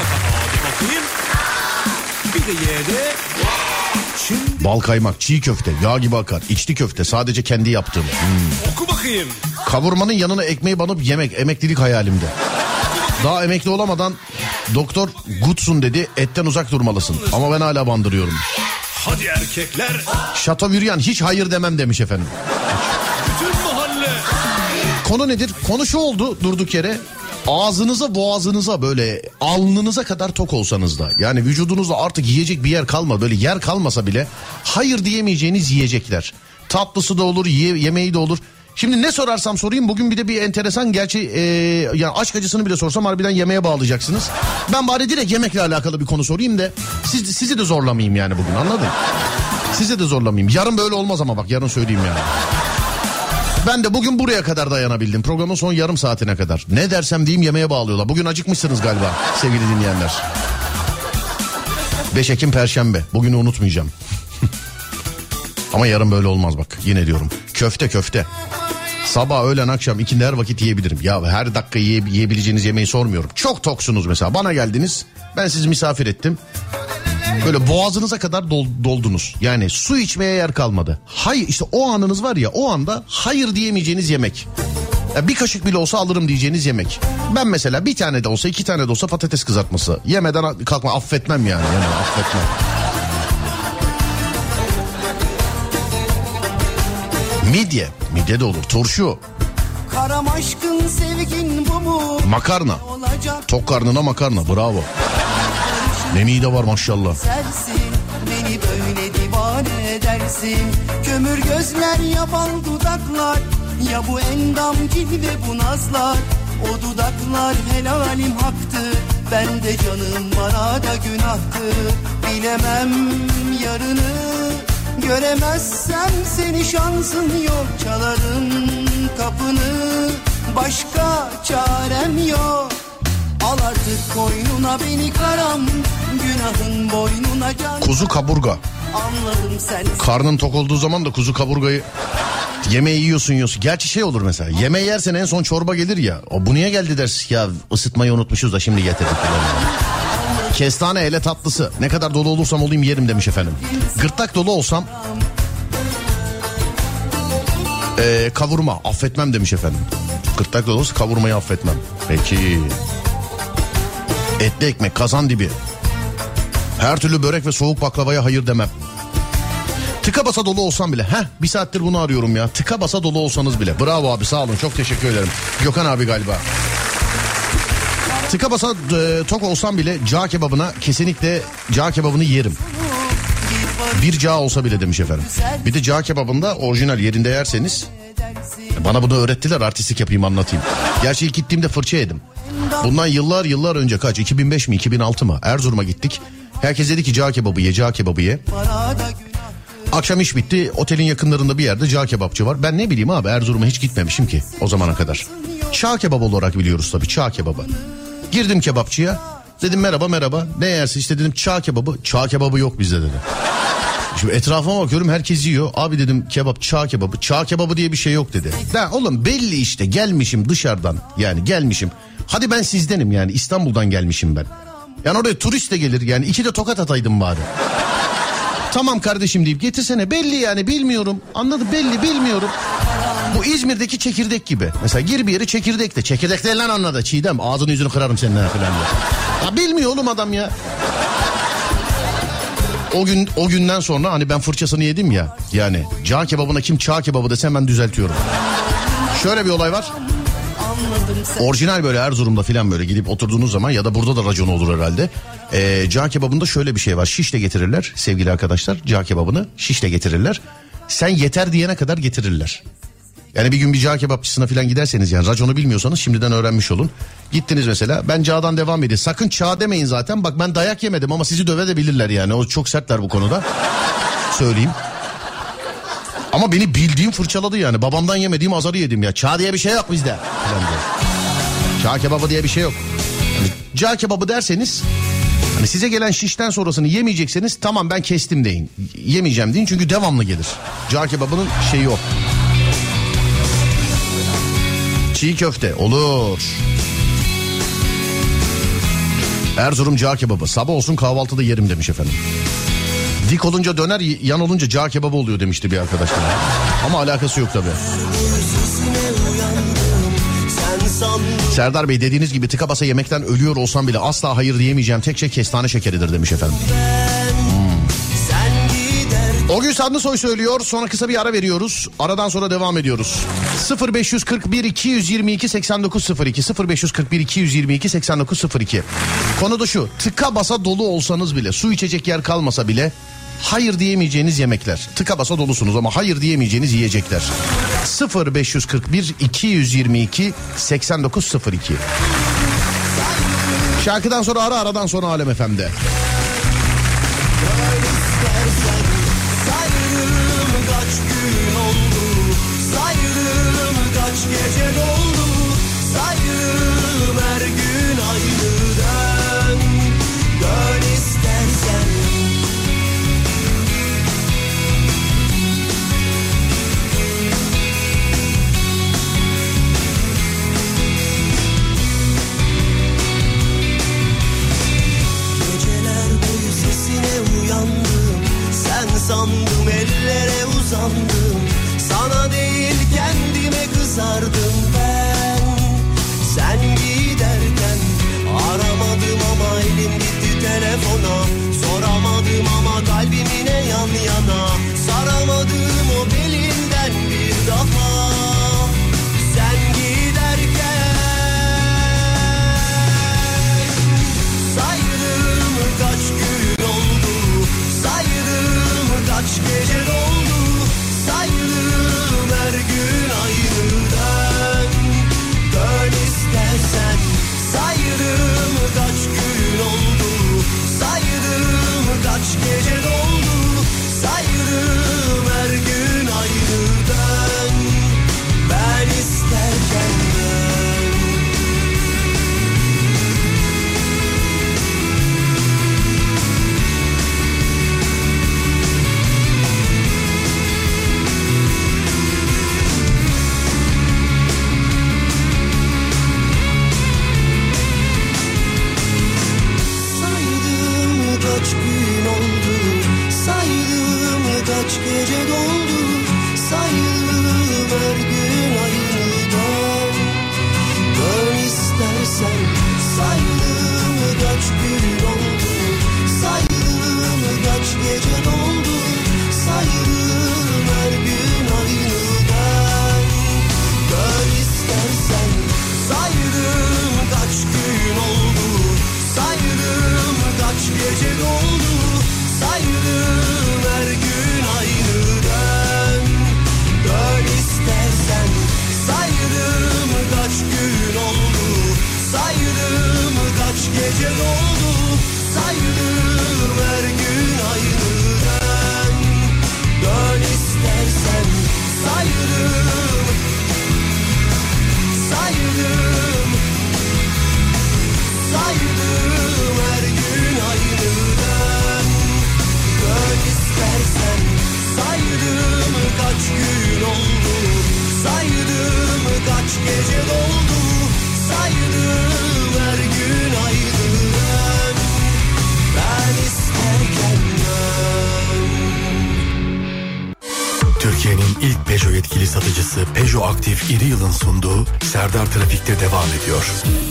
Bir de yedi. Şimdi... Bal kaymak, çiğ köfte, yağ gibi akar, içli köfte sadece kendi yaptığım. Hmm. Oku bakayım. Kavurmanın yanına ekmeği banıp yemek, emeklilik hayalimde. Daha emekli olamadan doktor gutsun dedi, etten uzak durmalısın. Ama ben hala bandırıyorum. Hadi erkekler. Şatovüryan hiç hayır demem demiş efendim. Bütün mahalle. Konu nedir? Konu şu oldu durduk yere. Ağzınıza, boğazınıza, böyle alnınıza kadar tok olsanız da, yani vücudunuzda artık yiyecek bir yer kalmadı, böyle yer kalmasa bile hayır diyemeyeceğiniz yiyecekler. Tatlısı da olur, ye- yemeği de olur. Şimdi ne sorarsam sorayım bugün bir de bir enteresan, gerçi e, yani aşk acısını bile sorsam harbiden yemeğe bağlayacaksınız. Ben bari direkt yemekle alakalı bir konu sorayım da siz, sizi de zorlamayayım yani bugün, anladın? Sizi de zorlamayayım. Yarın böyle olmaz ama bak, yarın söyleyeyim yani. Ben de bugün buraya kadar dayanabildim. Programın son yarım saatine kadar. Ne dersem diyeyim yemeğe bağlıyorlar. Bugün acıkmışsınız galiba sevgili dinleyenler. beş Ekim Perşembe. Bugünü unutmayacağım. Ama yarın böyle olmaz bak. Yine diyorum. Köfte köfte. Sabah, öğlen, akşam, ikindi her vakit yiyebilirim. Ya her dakika yiye, yiyebileceğiniz yemeği sormuyorum. Çok toksunuz mesela. Bana geldiniz. Ben sizi misafir ettim. Böyle boğazınıza kadar dol, doldunuz. Yani su içmeye yer kalmadı. Hayır, işte o anınız var ya, o anda hayır diyemeyeceğiniz yemek. Ya bir kaşık bile olsa alırım diyeceğiniz yemek. Ben mesela bir tane de olsa, iki tane de olsa patates kızartması. Yemeden kalkma, affetmem yani. yani affetmem. Midye. Midye de olur. Turşu. Karam aşkın sevgin bu mu? Makarna. Tok karnına makarna. Bravo. Ne mide var maşallah. Sensin, beni böyle divane edersin. Kömür gözler, yaban dudaklar. Ya bu endam gibi bu nazlar. O dudaklar helalim haktı. Ben de canım bana da günahtı. Bilemem yarını. Göremezsem seni, şansın yok. Çalarım kapını. Başka çarem yok. Al artık koynuna beni karam. Günahın boynuna can. Kuzu kaburga. Anladım sen. Karnın tok olduğu zaman da kuzu kaburgayı yemeği yiyorsun yiyorsun. Gerçi şey olur mesela, yemeği yersen en son çorba gelir ya. O bu niye geldi dersin ya, ısıtmayı unutmuşuz da şimdi getirdik. Kestane ele tatlısı. Ne kadar dolu olursam olayım yerim demiş efendim. Gırtlak dolu olsam ee, kavurma affetmem demiş efendim. Gırtlak dolu olsa kavurmayı affetmem. Peki. Etli ekmek, kazan dibi. Her türlü börek ve soğuk baklavaya hayır demem. Tıka basa dolu olsam bile. Heh, bir saattir bunu arıyorum ya. Tıka basa dolu olsanız bile. Bravo abi, sağ olun, çok teşekkür ederim. Gökhan abi galiba. Tıka basa e, tok olsam bile cağ kebabına kesinlikle cağ kebabını yerim. Bir cağ olsa bile demiş efendim. Bir de cağ kebabında orijinal yerinde yerseniz. Bana bunu öğrettiler, artistik yapayım anlatayım. Gerçi ilk gittiğimde fırça yedim. Bundan yıllar yıllar önce, kaç, iki bin beş mi iki bin altı mı, Erzurum'a gittik. Herkes dedi ki cağ kebabı ye, cağ kebabı ye. Akşam iş bitti, otelin yakınlarında bir yerde cağ kebapçı var. Ben ne bileyim abi, Erzurum'a hiç gitmemişim ki o zamana kadar. Çağ kebabı olarak biliyoruz tabii, çağ kebabı. Girdim kebapçıya, dedim merhaba merhaba, ne yersin işte dedim, çağ kebabı. Çağ kebabı yok bizde dedi. Şimdi etrafıma bakıyorum, herkes yiyor. Abi dedim kebap, çağ kebabı. Çağ kebabı diye bir şey yok dedi. Ya oğlum belli işte, gelmişim dışarıdan, yani gelmişim. Hadi ben sizdenim yani, İstanbul'dan gelmişim ben. Yani oraya turist de gelir yani, iki de tokat ataydım bari. Tamam kardeşim deyip getirsene, belli yani, bilmiyorum. Anladın, belli, bilmiyorum. Bu İzmir'deki çekirdek gibi. Mesela gir bir yere, çekirdek de. Çekirdek değil lan, anladı. Çiğdem ağzını yüzünü kırarım seninle falan diye. Ya bilmiyor oğlum adam ya. O gün o günden sonra hani ben fırçasını yedim ya. Yani cağ kebabına kim çağ kebabı desem ben düzeltiyorum. Şöyle bir olay var. Orijinal böyle Erzurum'da falan böyle gidip oturduğunuz zaman, ya da burada da racon olur herhalde. Ee, cağ kebabında şöyle bir şey var. Şişle getirirler sevgili arkadaşlar. Cağ kebabını şişle getirirler. Sen yeter diyene kadar getirirler. Yani bir gün bir cağ kebapçısına falan giderseniz, yani raconu bilmiyorsanız şimdiden öğrenmiş olun. Gittiniz mesela, ben cağdan devam edeyim. Sakın çağ demeyin zaten. Bak ben dayak yemedim ama sizi dövebilirler yani. O çok sertler bu konuda. Söyleyeyim. Ama beni bildiğim fırçaladı yani. Babamdan yemediğim azarı yedim ya. Çağ diye bir şey yok bizde. Çağ kebabı diye bir şey yok. Yani cağ kebabı derseniz, hani size gelen şişten sonrasını yemeyecekseniz tamam ben kestim deyin. Yemeyeceğim deyin, çünkü devamlı gelir. Cağ kebabının şeyi o. Çiğ köfte olur. Erzurum cağ kebabı. Sabah olsun kahvaltıda yerim demiş efendim. Dik olunca döner, yan olunca cağ kebabı oluyor demişti bir arkadaşım. Ama alakası yok tabii. Serdar Bey, dediğiniz gibi tıka basa yemekten ölüyor olsam bile asla hayır diyemeyeceğim tek şey kestane şekeridir demiş efendim. Hmm. O gün Sandısoy söylüyor. Sonra kısa bir ara veriyoruz. Aradan sonra devam ediyoruz. sıfır beş kırk bir iki yüz yirmi iki seksen dokuz sıfır iki sıfır beş kırk bir iki yüz yirmi iki seksen dokuz sıfır iki. Konu da şu: tıka basa dolu olsanız bile, su içecek yer kalmasa bile hayır diyemeyeceğiniz yemekler. Tıka basa dolusunuz ama hayır diyemeyeceğiniz yiyecekler. sıfır beş kırk bir iki yüz yirmi iki seksen dokuz sıfır iki. Şarkıdan sonra ara, aradan sonra Alem F M'de. Gece doldu saydım her gün aynıdan dön istersen. Geceler boyu sesine uyandım, sen sandım ellere uzandım, sana değil kendime kızardım ben. Sen giderken aramadım ama elim gitti telefona, soramadım ama kalbim yine yan yana, saramadım o belinden bir daha. Sen giderken saydım kaç gün oldu, saydım kaç gece doldu, saydım her gün aynıdan dön istersen. Saydım kaç gün oldu, saydım kaç gece doldu, saydım her gün aynıdan ben isterken dön. Kaç gün oldu, saydım kaç gece doldu, saydım her gün aynıdan dön istersen. Saydım kaç gün oldu, saydım kaç gece doldu, saydım her gün aynıdan dön istersen. Saydım kaç gün oldu, saydım kaç gece doldu, saydım her gün aynıdan dön istersen. Saydım kaç gün oldu, saydım kaç gece doldu, saydım her gün aynıdan dön istersen. Saydım, saydım, saydım her gün aynıdan dön istersen. Saydım kaç gün oldu, saydım kaç gece doldu, saydım her gün aynıdan ben isterken dön. Türkiye'nin ilk Peugeot yetkili satıcısı Peugeot Aktif İri Yıl'ın sunduğu Serdar Trafik'te devam ediyor.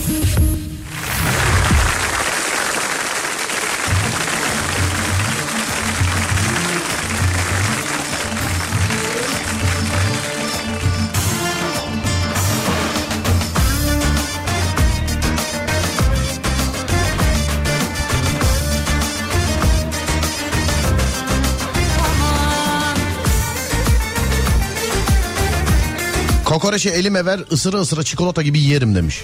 Kokoreçi elime ver, ısıra ısıra çikolata gibi yerim demiş.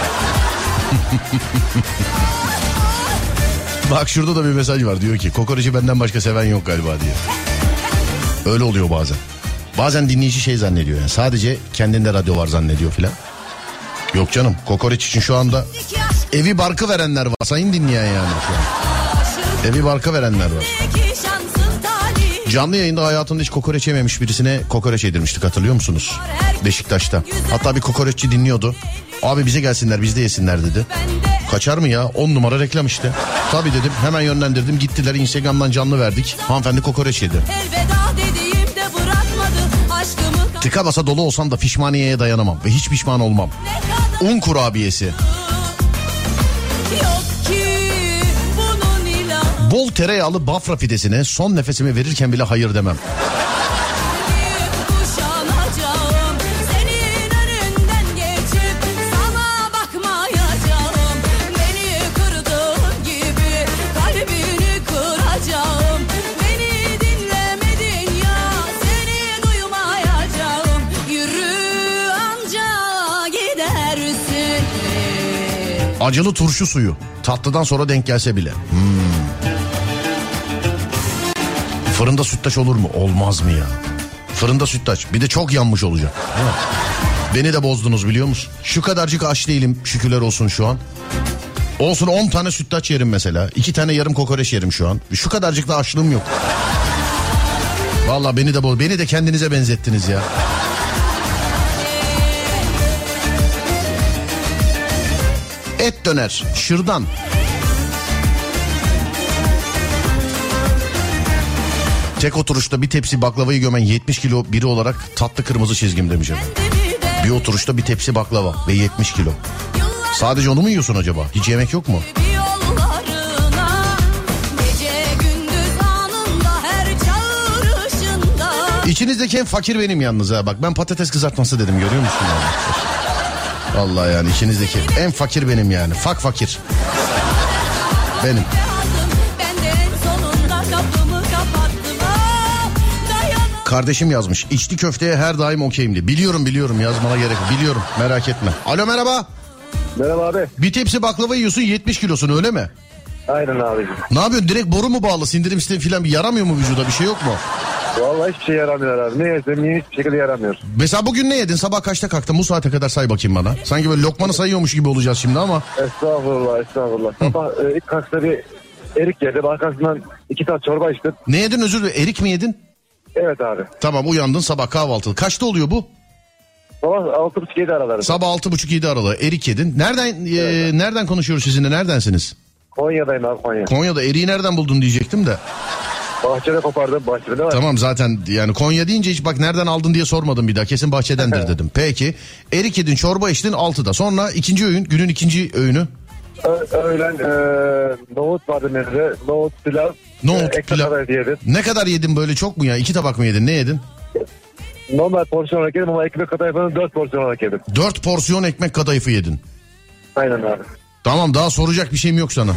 Bak şurada da bir mesaj var, diyor ki kokoreçi benden başka seven yok galiba diye. Öyle oluyor bazen. Bazen dinleyici şey zannediyor yani, sadece kendinde radyo var zannediyor filan. Yok canım, kokoreç için şu anda evi barkı verenler var sayın dinleyen yani şu an. Evi barkı verenler var. Canlı yayında hayatında hiç kokoreç yememiş birisine kokoreç yedirmiştik, hatırlıyor musunuz? Beşiktaş'ta. Hatta bir kokoreççi dinliyordu. Abi bize gelsinler, biz de yesinler dedi. Kaçar mı ya? On numara reklam işte. Tabii dedim, hemen yönlendirdim, gittiler, Instagram'dan canlı verdik. Hanımefendi kokoreç yedi. Tıka basa dolu olsam da pişmaniyeye dayanamam ve hiç pişman olmam. Un kurabiyesi. Bol tereyağlı Bafra pidesine son nefesimi verirken bile hayır demem. Beni dersin. Acılı turşu suyu. Tatlıdan sonra denk gelse bile. Hmm. Fırında sütlaç olur mu? Olmaz mı ya? Fırında sütlaç. Bir de çok yanmış olacak. Evet. Beni de bozdunuz biliyor musun? Şu kadarcık aç değilim şükürler olsun şu an. Olsun on tane sütlaç yerim mesela. iki tane yarım kokoreç yerim şu an. Şu kadarcık da açlığım yok. Vallahi beni de boz. Beni de kendinize benzettiniz ya. Et döner, şırdan. Tek oturuşta bir tepsi baklavayı gömen yetmiş kilo biri olarak tatlı kırmızı çizgim demiş efendim. Bir oturuşta bir tepsi baklava ve yetmiş kilo. Sadece onu mu yiyorsun acaba? Hiç yemek yok mu? İçinizdeki en fakir benim yalnız ha. Bak ben patates kızartması dedim, görüyor musun? Yani? Vallahi yani içinizdeki en fakir benim yani. Fak fakir. Benim. Kardeşim yazmış. İçli köfteye her daim okeyimdi. Biliyorum biliyorum, yazmana gerek yok. Biliyorum, merak etme. Alo merhaba. Merhaba abi. Bir tepsi baklava yiyorsun, yetmiş kilosun öyle mi? Aynen abicim. Ne yapıyorsun? Direkt boru mu bağlı? Sindirim sistemi falan bir yaramıyor mu vücuda? Bir şey yok mu? Vallahi hiçbir şey yaramıyor abi. Ne yesem yiyin hiçbir şekilde yaramıyor. Mesela bugün ne yedin? Sabah kaçta kalktın? Bu saate kadar say bakayım bana. Sanki böyle lokmanı sayıyormuş gibi olacağız şimdi ama. Estağfurullah estağfurullah. Sabah e, ilk kalkta bir erik yedim. Arkasından iki tas çorba içtim. Ne yedin, özür dilerim? Erik mi yedin? Evet abi. Tamam, uyandın sabah kahvaltı. Kaçta oluyor bu? Sabah altı buçuk yedi araları. Sabah altı buçuk yedi aralığı erik yedin. Nereden evet. e, nereden konuşuyoruz sizinle? Neredensiniz? Konya'dayım abi, Konya. Konya'da eriği nereden buldun diyecektim de. Bahçede kopardım, bahçede var. Tamam zaten yani Konya deyince hiç bak nereden aldın diye sormadım bir daha. Kesin bahçedendir dedim. Peki erik yedin, çorba içtin altıda. Sonra ikinci öğün, günün ikinci öğünü. Ö- öğlen e, nohut vardı menüde. Nohut pilav. Nohut e, pilav. Yedim. Ne kadar yedin böyle, çok mu ya? İki tabak mı yedin? Ne yedin? Normal porsiyon olarak yedim ama ekmek kadayıfını dört porsiyon olarak yedim. Dört porsiyon ekmek kadayıfı yedin. Aynen abi. Tamam, daha soracak bir şeyim yok sana.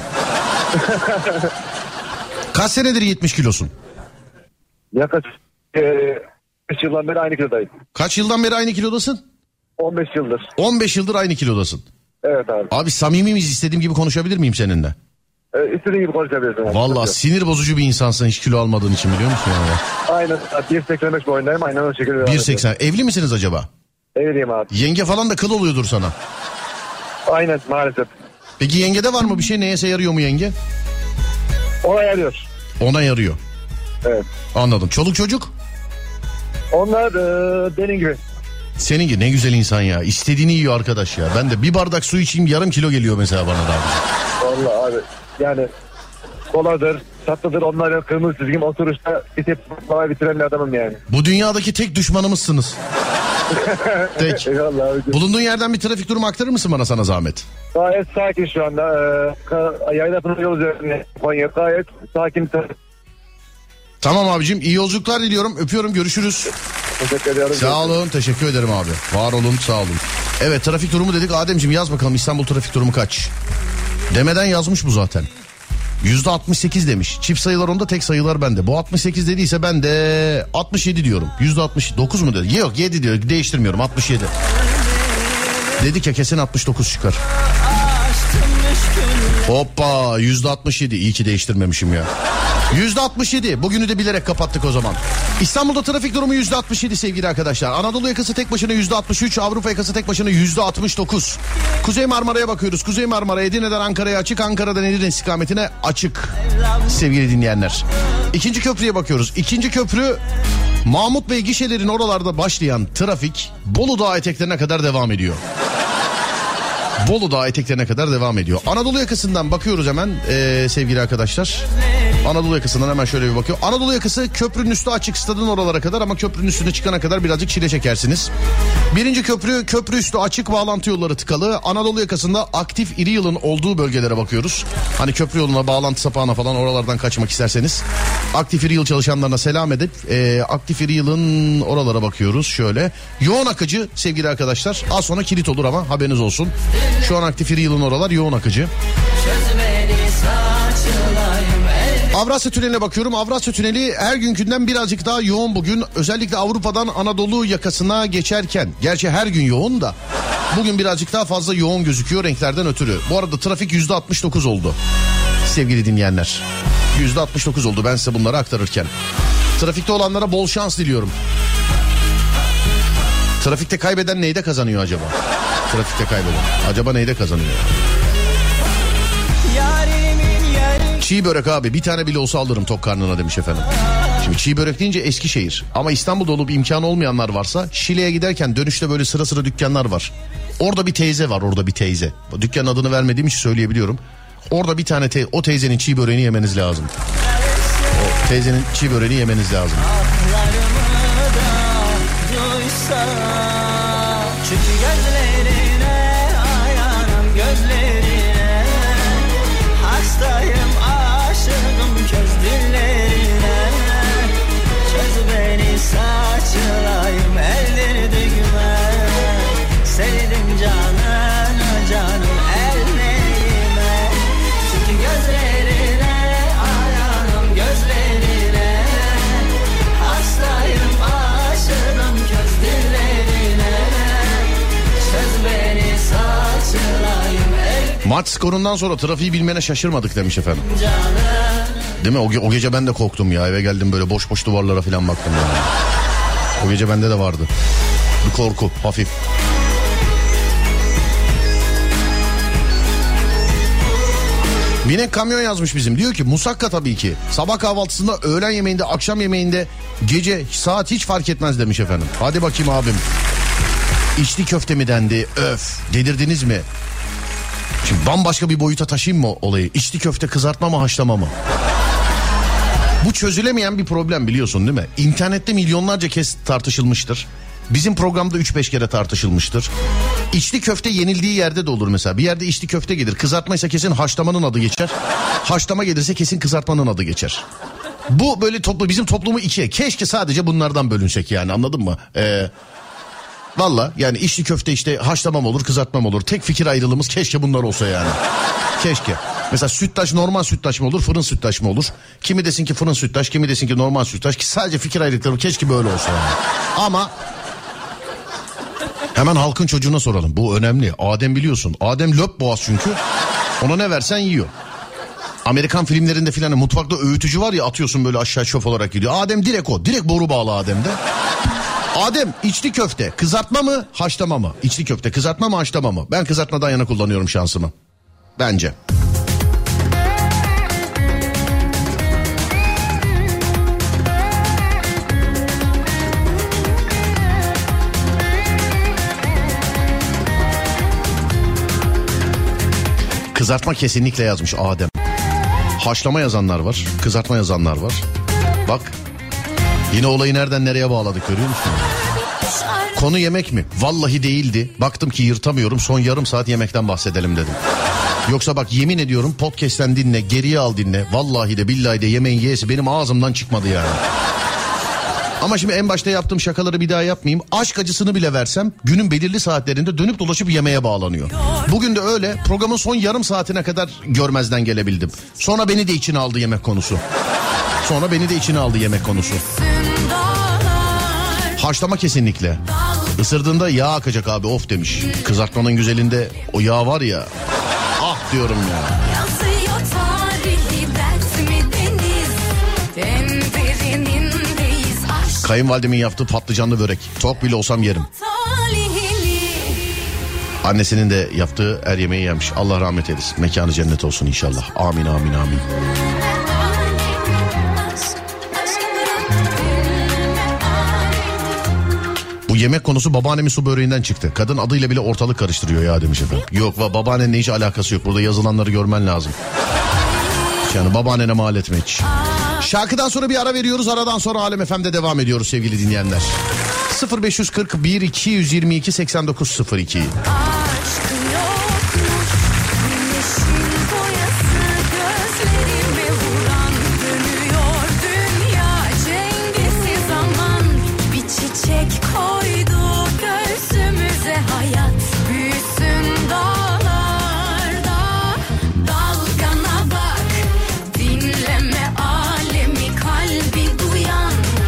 Kaç senedir yetmiş kilosun? Yaklaşık e, beş yıldan beri aynı kilodayım. Kaç yıldan beri aynı kilodasın? on beş yıldır. on beş yıldır aynı kilodasın. Evet abi. Abi samimi miyiz? İstediğim gibi konuşabilir miyim seninle? Ee, istediğin gibi konuşabilirsin. Abi. Valla sinir bozucu bir insansın hiç kilo almadığın için, biliyor musun? Yani? Aynen. bir seksen beş boyundayım. Aynen o şekilde. bir seksen. Evli misiniz acaba? Evliyim abi. Yenge falan da kıl oluyordur sana. Aynen maalesef. Peki yengede var mı bir şey? Neyse yarıyor mu yenge? Ona yarıyor. Ona yarıyor. Evet. Anladım. Çoluk çocuk? Onlar e, benim gibi. Senin gibi ne güzel insan ya. İstediğini yiyor arkadaş ya. Ben de bir bardak su içeyim yarım kilo geliyor mesela bana da abi. Vallahi abi yani koladır, tatlıdır, onların kırmızı çizgim oturuşta bir tepsi baklavayı bitiren bir adamım yani. Bu dünyadaki tek düşmanımızsınız. Tek. Bulunduğun yerden bir trafik durumu aktarır mısın bana, sana zahmet? Gayet sakin şu anda. Ee, Yayla yol üzerinde Konya, gayet sakin. Tamam abicim, iyi yolculuklar diliyorum. Öpüyorum, görüşürüz. Teşekkür ederim. Sağ olun, teşekkür ederim abi. Var olun, sağ olun. Evet, trafik durumu dedik. Ademciğim yaz bakalım İstanbul trafik durumu kaç? Demeden yazmış bu zaten. yüzde altmış sekiz demiş. Çift sayılar onda, tek sayılar bende. Bu altmış sekiz dediyse ben de altmış yedi diyorum. yüzde altmış dokuz mu dedi? Yok, yedi diyor. Değiştirmiyorum, altmış yedi. Dedik ya, kesin altmış dokuz çıkar. Hoppa, yüzde altmış yedi. İyi ki değiştirmemişim ya. yüzde altmış yedi. Bugünü de bilerek kapattık o zaman. İstanbul'da trafik durumu yüzde altmış yedi sevgili arkadaşlar. Anadolu yakası tek başına yüzde altmış üç. Avrupa yakası tek başına yüzde altmış dokuz. Kuzey Marmara'ya bakıyoruz. Kuzey Marmara Edirne'den Ankara'ya açık. Ankara'dan Edirne istikametine açık. Sevgili dinleyenler. İkinci köprüye bakıyoruz. İkinci köprü Mahmut Bey gişelerin oralarda başlayan trafik Bolu Dağı eteklerine kadar devam ediyor. Bolu Dağı eteklerine kadar devam ediyor. Anadolu yakasından bakıyoruz hemen ee, sevgili arkadaşlar. Anadolu yakasından hemen şöyle bir bakıyor. Anadolu yakası köprünün üstü açık, stadın oralara kadar, ama köprünün üstüne çıkana kadar birazcık çile çekersiniz. Birinci köprü, köprü üstü açık, bağlantı yolları tıkalı. Anadolu yakasında aktif iri yılın olduğu bölgelere bakıyoruz. Hani köprü yoluna, bağlantı sapağına falan, oralardan kaçmak isterseniz. Aktif iri yıl çalışanlarına selam edip e, aktif iri yılın oralara bakıyoruz şöyle. Yoğun akıcı sevgili arkadaşlar. Az sonra kilit olur ama haberiniz olsun. Şu an aktif iri yılın oralar yoğun akıcı. Avrasya Tüneli'ne bakıyorum. Avrasya Tüneli her günkünden birazcık daha yoğun bugün. Özellikle Avrupa'dan Anadolu yakasına geçerken. Gerçi her gün yoğun da. Bugün birazcık daha fazla yoğun gözüküyor renklerden ötürü. Bu arada trafik yüzde altmış dokuz oldu sevgili dinleyenler. yüzde altmış dokuz oldu ben size bunları aktarırken. Trafikte olanlara bol şans diliyorum. Trafikte kaybeden neyde kazanıyor acaba? Trafikte kaybeden. Acaba neyde kazanıyor? Çiğ börek abi bir tane bile olsa alırım tok karnına demiş efendim. Şimdi çiğ börek deyince Eskişehir. Ama İstanbul'da olup imkanı olmayanlar varsa Şile'ye giderken dönüşte böyle sıra sıra dükkanlar var. Orada bir teyze var orada bir teyze. Dükkanın adını vermediğim için söyleyebiliyorum. Orada bir tane te- o teyzenin çiğ böreğini yemeniz lazım. O teyzenin çiğ böreğini yemeniz lazım. Çünkü gözlerine hayranım gözlerine, hastayım aşığım köz dillerine. Çöz beni saçılayım elleri düğme, sevdim canını canım ellerime. Çünkü gözlerine hayranım gözlerine, hastayım aşığım köz dillerine. Çöz beni saçılayım el... Maç skorundan sonra trafiği bilmene şaşırmadık demiş efendim. Değil mi? O, ge- o gece ben de korktum ya. Eve geldim böyle boş boş duvarlara falan baktım yani. O gece bende de vardı. Bir korku hafif. Binek kamyon yazmış bizim. Diyor ki musakka tabii ki. Sabah kahvaltısında, öğlen yemeğinde, akşam yemeğinde, gece saat hiç fark etmez demiş efendim. Hadi bakayım abim. İçli köfte mi dendi? Öf. Delirdiniz mi? Şimdi bambaşka bir boyuta taşıyayım mı olayı? İçli köfte kızartma mı haşlama mı? Bu çözülemeyen bir problem biliyorsun değil mi? İnternette milyonlarca kez tartışılmıştır. Bizim programda üç beş kere tartışılmıştır. İçli köfte yenildiği yerde de olur mesela. Bir yerde içli köfte gelir. Kızartmaysa kesin haşlamanın adı geçer. Haşlama gelirse kesin kızartmanın adı geçer. Bu böyle toplu bizim toplumu ikiye. Keşke sadece bunlardan bölünsek yani, anladın mı? Eee... Valla yani içli köfte işte haşlamam olur kızartmam olur. Tek fikir ayrılığımız keşke bunlar olsa yani. Keşke. Mesela sütlaç normal sütlaç mı olur, fırın sütlaç mı olur? Kimi desin ki fırın sütlaç, kimi desin ki normal sütlaç. Ki sadece fikir ayrılıkları keşke böyle olsa yani. Ama hemen halkın çocuğuna soralım. Bu önemli. Adem biliyorsun. Adem löp boğaz çünkü. Ona ne versen yiyor. Amerikan filmlerinde filan mutfakta öğütücü var ya, atıyorsun böyle aşağı şöf olarak gidiyor. Adem direkt o. Direkt boru bağlı Adem'de. Adem içli köfte kızartma mı haşlama mı? İçli köfte kızartma mı haşlama mı? Ben kızartmadan yana kullanıyorum şansımı. Bence. Kızartma kesinlikle yazmış Adem. Haşlama yazanlar var, kızartma yazanlar var. Bak. Yine olayı nereden nereye bağladık görüyor musun? Konu yemek mi? Vallahi değildi. Baktım ki yırtamıyorum. Son yarım saat yemekten bahsedelim dedim. Yoksa bak yemin ediyorum podcast'ten dinle, geriye al dinle. Vallahi de billahi de yemeğin yesi benim ağzımdan çıkmadı yani. Ama şimdi en başta yaptığım şakaları bir daha yapmayayım. Aşk acısını bile versem günün belirli saatlerinde dönüp dolaşıp yemeğe bağlanıyor. Bugün de öyle. Programın son yarım saatine kadar görmezden gelebildim. Sonra beni de içine aldı yemek konusu. Sonra beni de içine aldı yemek konusu. Haşlama kesinlikle. Isırdığında yağ akacak abi, of demiş. Kızartmanın güzelinde o yağ var ya. Ah diyorum ya. Kayınvalidemin yaptığı patlıcanlı börek. Tok bile olsam yerim. Annesinin de yaptığı er yemeği yemiş. Allah rahmet eylesin. Mekanı cennet olsun inşallah. Amin amin amin. Bu yemek konusu babaannemin su böreğinden çıktı. Kadın adıyla bile ortalık karıştırıyor ya demiş efendim. Yok va babaannenle hiç alakası yok. Burada yazılanları görmen lazım. Yani babaannene mal etme hiç. Şarkıdan sonra bir ara veriyoruz. Aradan sonra Alem F M'de devam ediyoruz sevgili dinleyenler. sıfır beş kırk bir iki yüz yirmi iki seksen dokuz sıfır iki.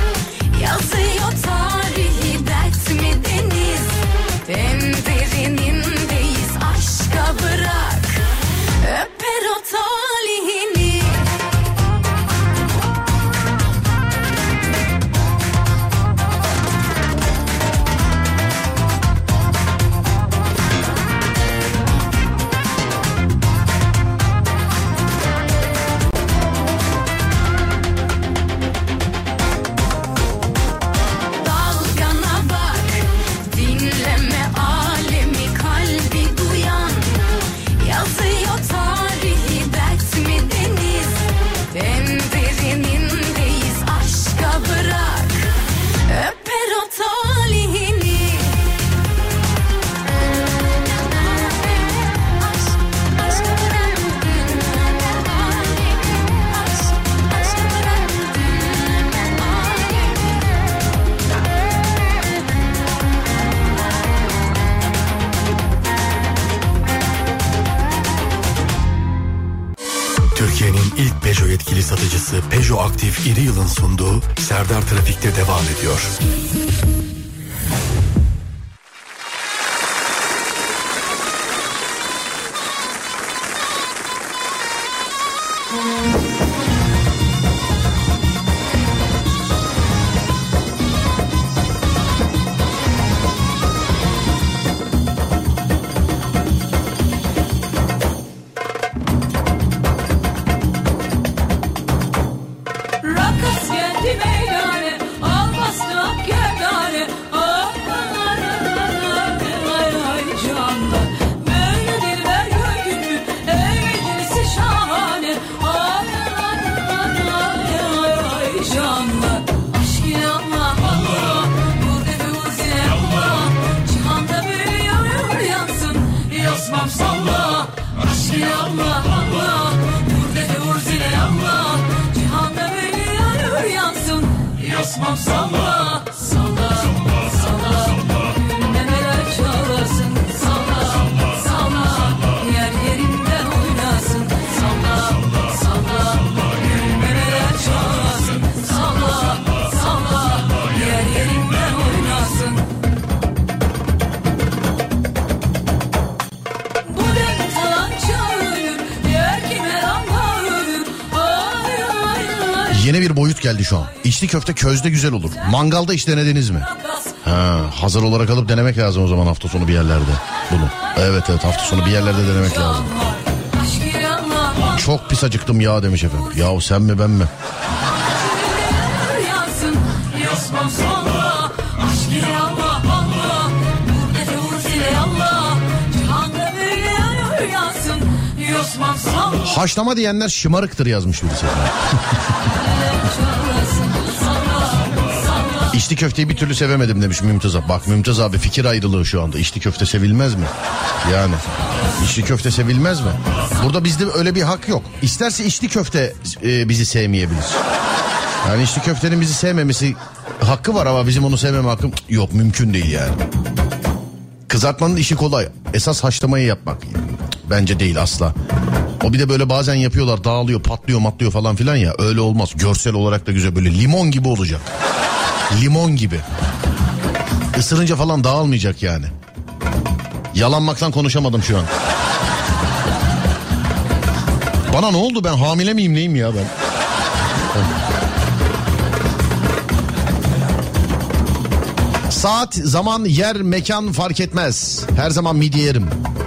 En derinin Türkiye'nin ilk Peugeot yetkili satıcısı Peugeot Aktif İri Yıl'ın sunduğu Serdar Trafik'te devam ediyor. Yeni bir boyut geldi şu an. İçli köfte közde güzel olur. Mangalda hiç denediniz mi? Ha, hazır olarak alıp denemek lazım o zaman hafta sonu bir yerlerde bunu. Evet evet hafta sonu bir yerlerde denemek lazım. Çok pis acıktım ya demiş efendim. Yahu sen mi ben mi? Haşlama diyenler şımarıktır yazmış birisi. İçli köfteyi bir türlü sevemedim demiş Mümtaz abi. Bak Mümtaz abi fikir ayrılığı şu anda. İçli köfte sevilmez mi? Yani içli köfte sevilmez mi? Burada bizde öyle bir hak yok. İsterse içli köfte e, bizi sevmeyebilir. Yani içli köftenin bizi sevmemesi hakkı var ama bizim onu sevmeme hakkım yok, mümkün değil yani. Kızartmanın işi kolay. Esas haşlamayı yapmak bence değil asla. O bir de böyle bazen yapıyorlar, dağılıyor, patlıyor, matlıyor falan filan ya. Öyle olmaz. Görsel olarak da güzel, böyle limon gibi olacak. Limon gibi. Isırınca falan dağılmayacak yani. Yalanmaktan konuşamadım şu an. Bana ne oldu, ben hamile miyim neyim ya ben? Saat, zaman, yer, mekan fark etmez. Her zaman midye yerim.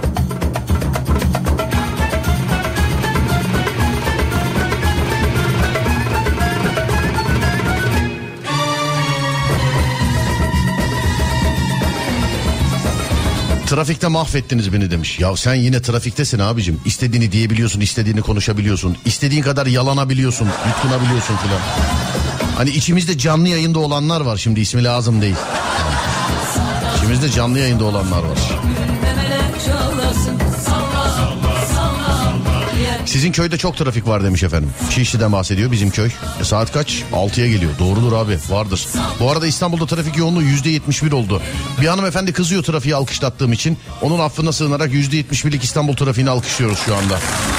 Trafikte mahvettiniz beni demiş. Ya sen yine trafiktesin abicim. İstediğini diyebiliyorsun, istediğini konuşabiliyorsun. İstediğin kadar yalanabiliyorsun, yutkunabiliyorsun filan. Hani içimizde canlı yayında olanlar var, şimdi ismi lazım değil. İçimizde canlı yayında olanlar var. Sizin köyde çok trafik var demiş efendim. Şişli'den bahsediyor bizim köy. E saat kaç? altıya geliyor. Doğrudur abi, vardır. Bu arada İstanbul'da trafik yoğunluğu yüzde yetmiş bir oldu. Bir hanımefendi kızıyor trafiği alkışlattığım için. Onun affına sığınarak yüzde yetmiş birlik İstanbul trafiğini alkışlıyoruz şu anda.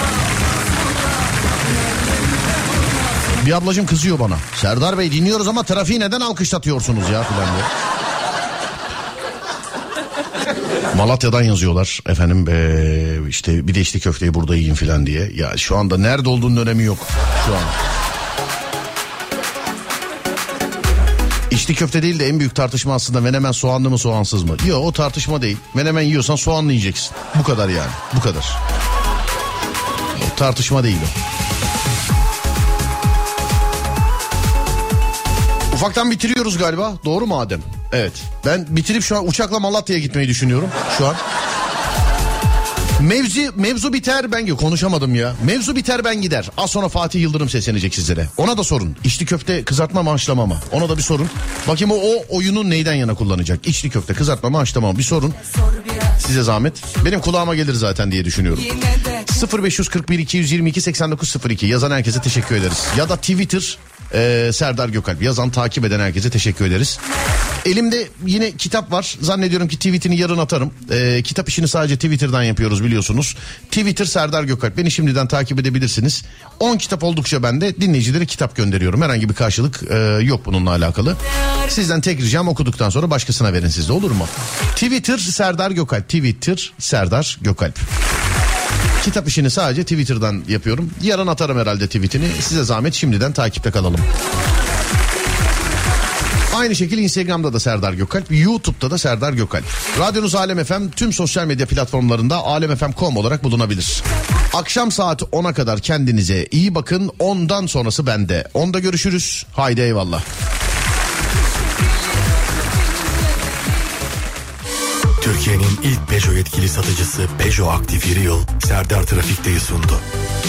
Bir ablacığım kızıyor bana. Serdar Bey dinliyoruz ama trafiği neden alkışlatıyorsunuz ya filan diye. Malatya'dan yazıyorlar efendim, ee, işte bir de içli köfteyi burada yiyin filan diye. Ya şu anda nerede olduğunun önemi yok şu an. İçli köfte değil de en büyük tartışma aslında menemen soğanlı mı soğansız mı? Yok, o tartışma değil. Menemen yiyorsan soğanlı yiyeceksin. Bu kadar yani, bu kadar. O tartışma değil o. Ufaktan bitiriyoruz galiba. Doğru mu Adem? Evet. Ben bitirip şu an uçakla Malatya'ya gitmeyi düşünüyorum şu an. Mevzi, mevzu biter ben gider. Konuşamadım ya. Mevzu biter ben gider. Az sonra Fatih Yıldırım seslenecek sizlere. Ona da sorun. İçli köfte kızartma mı haşlama mı? Ona da bir sorun. Bakayım o, o oyunu neyden yana kullanacak? İçli köfte kızartma mı haşlama mı? Bir sorun. Size zahmet. Benim kulağıma gelir zaten diye düşünüyorum. sıfır beş kırk bir iki yüz yirmi iki seksen dokuz sıfır iki yazan herkese teşekkür ederiz. Ya da Twitter Ee, Serdar Gökalp yazan, takip eden herkese teşekkür ederiz. Elimde yine kitap var. Zannediyorum ki tweetini yarın atarım. Ee, kitap işini sadece Twitter'dan yapıyoruz biliyorsunuz. Twitter Serdar Gökalp. Beni şimdiden takip edebilirsiniz. on kitap oldukça ben de dinleyicilere kitap gönderiyorum. Herhangi bir karşılık e, yok bununla alakalı. Sizden tek ricam okuduktan sonra başkasına verin, sizde olur mu? Twitter Serdar Gökalp. Twitter Serdar Gökalp. Kitap işini sadece Twitter'dan yapıyorum. Yarın atarım herhalde tweetini. Size zahmet şimdiden takipte kalalım. Aynı şekilde Instagram'da da Serdar Gökalp, YouTube'da da Serdar Gökalp. Radyonuz Alem F M tüm sosyal medya platformlarında alem f m nokta com olarak bulunabilir. Akşam saat ona kadar kendinize iyi bakın. Ondan sonrası bende. Onda görüşürüz. Haydi eyvallah. Türkiye'nin ilk Peugeot yetkili satıcısı Peugeot Aktif Yeri Yıl Serdar Trafik'teyi sundu.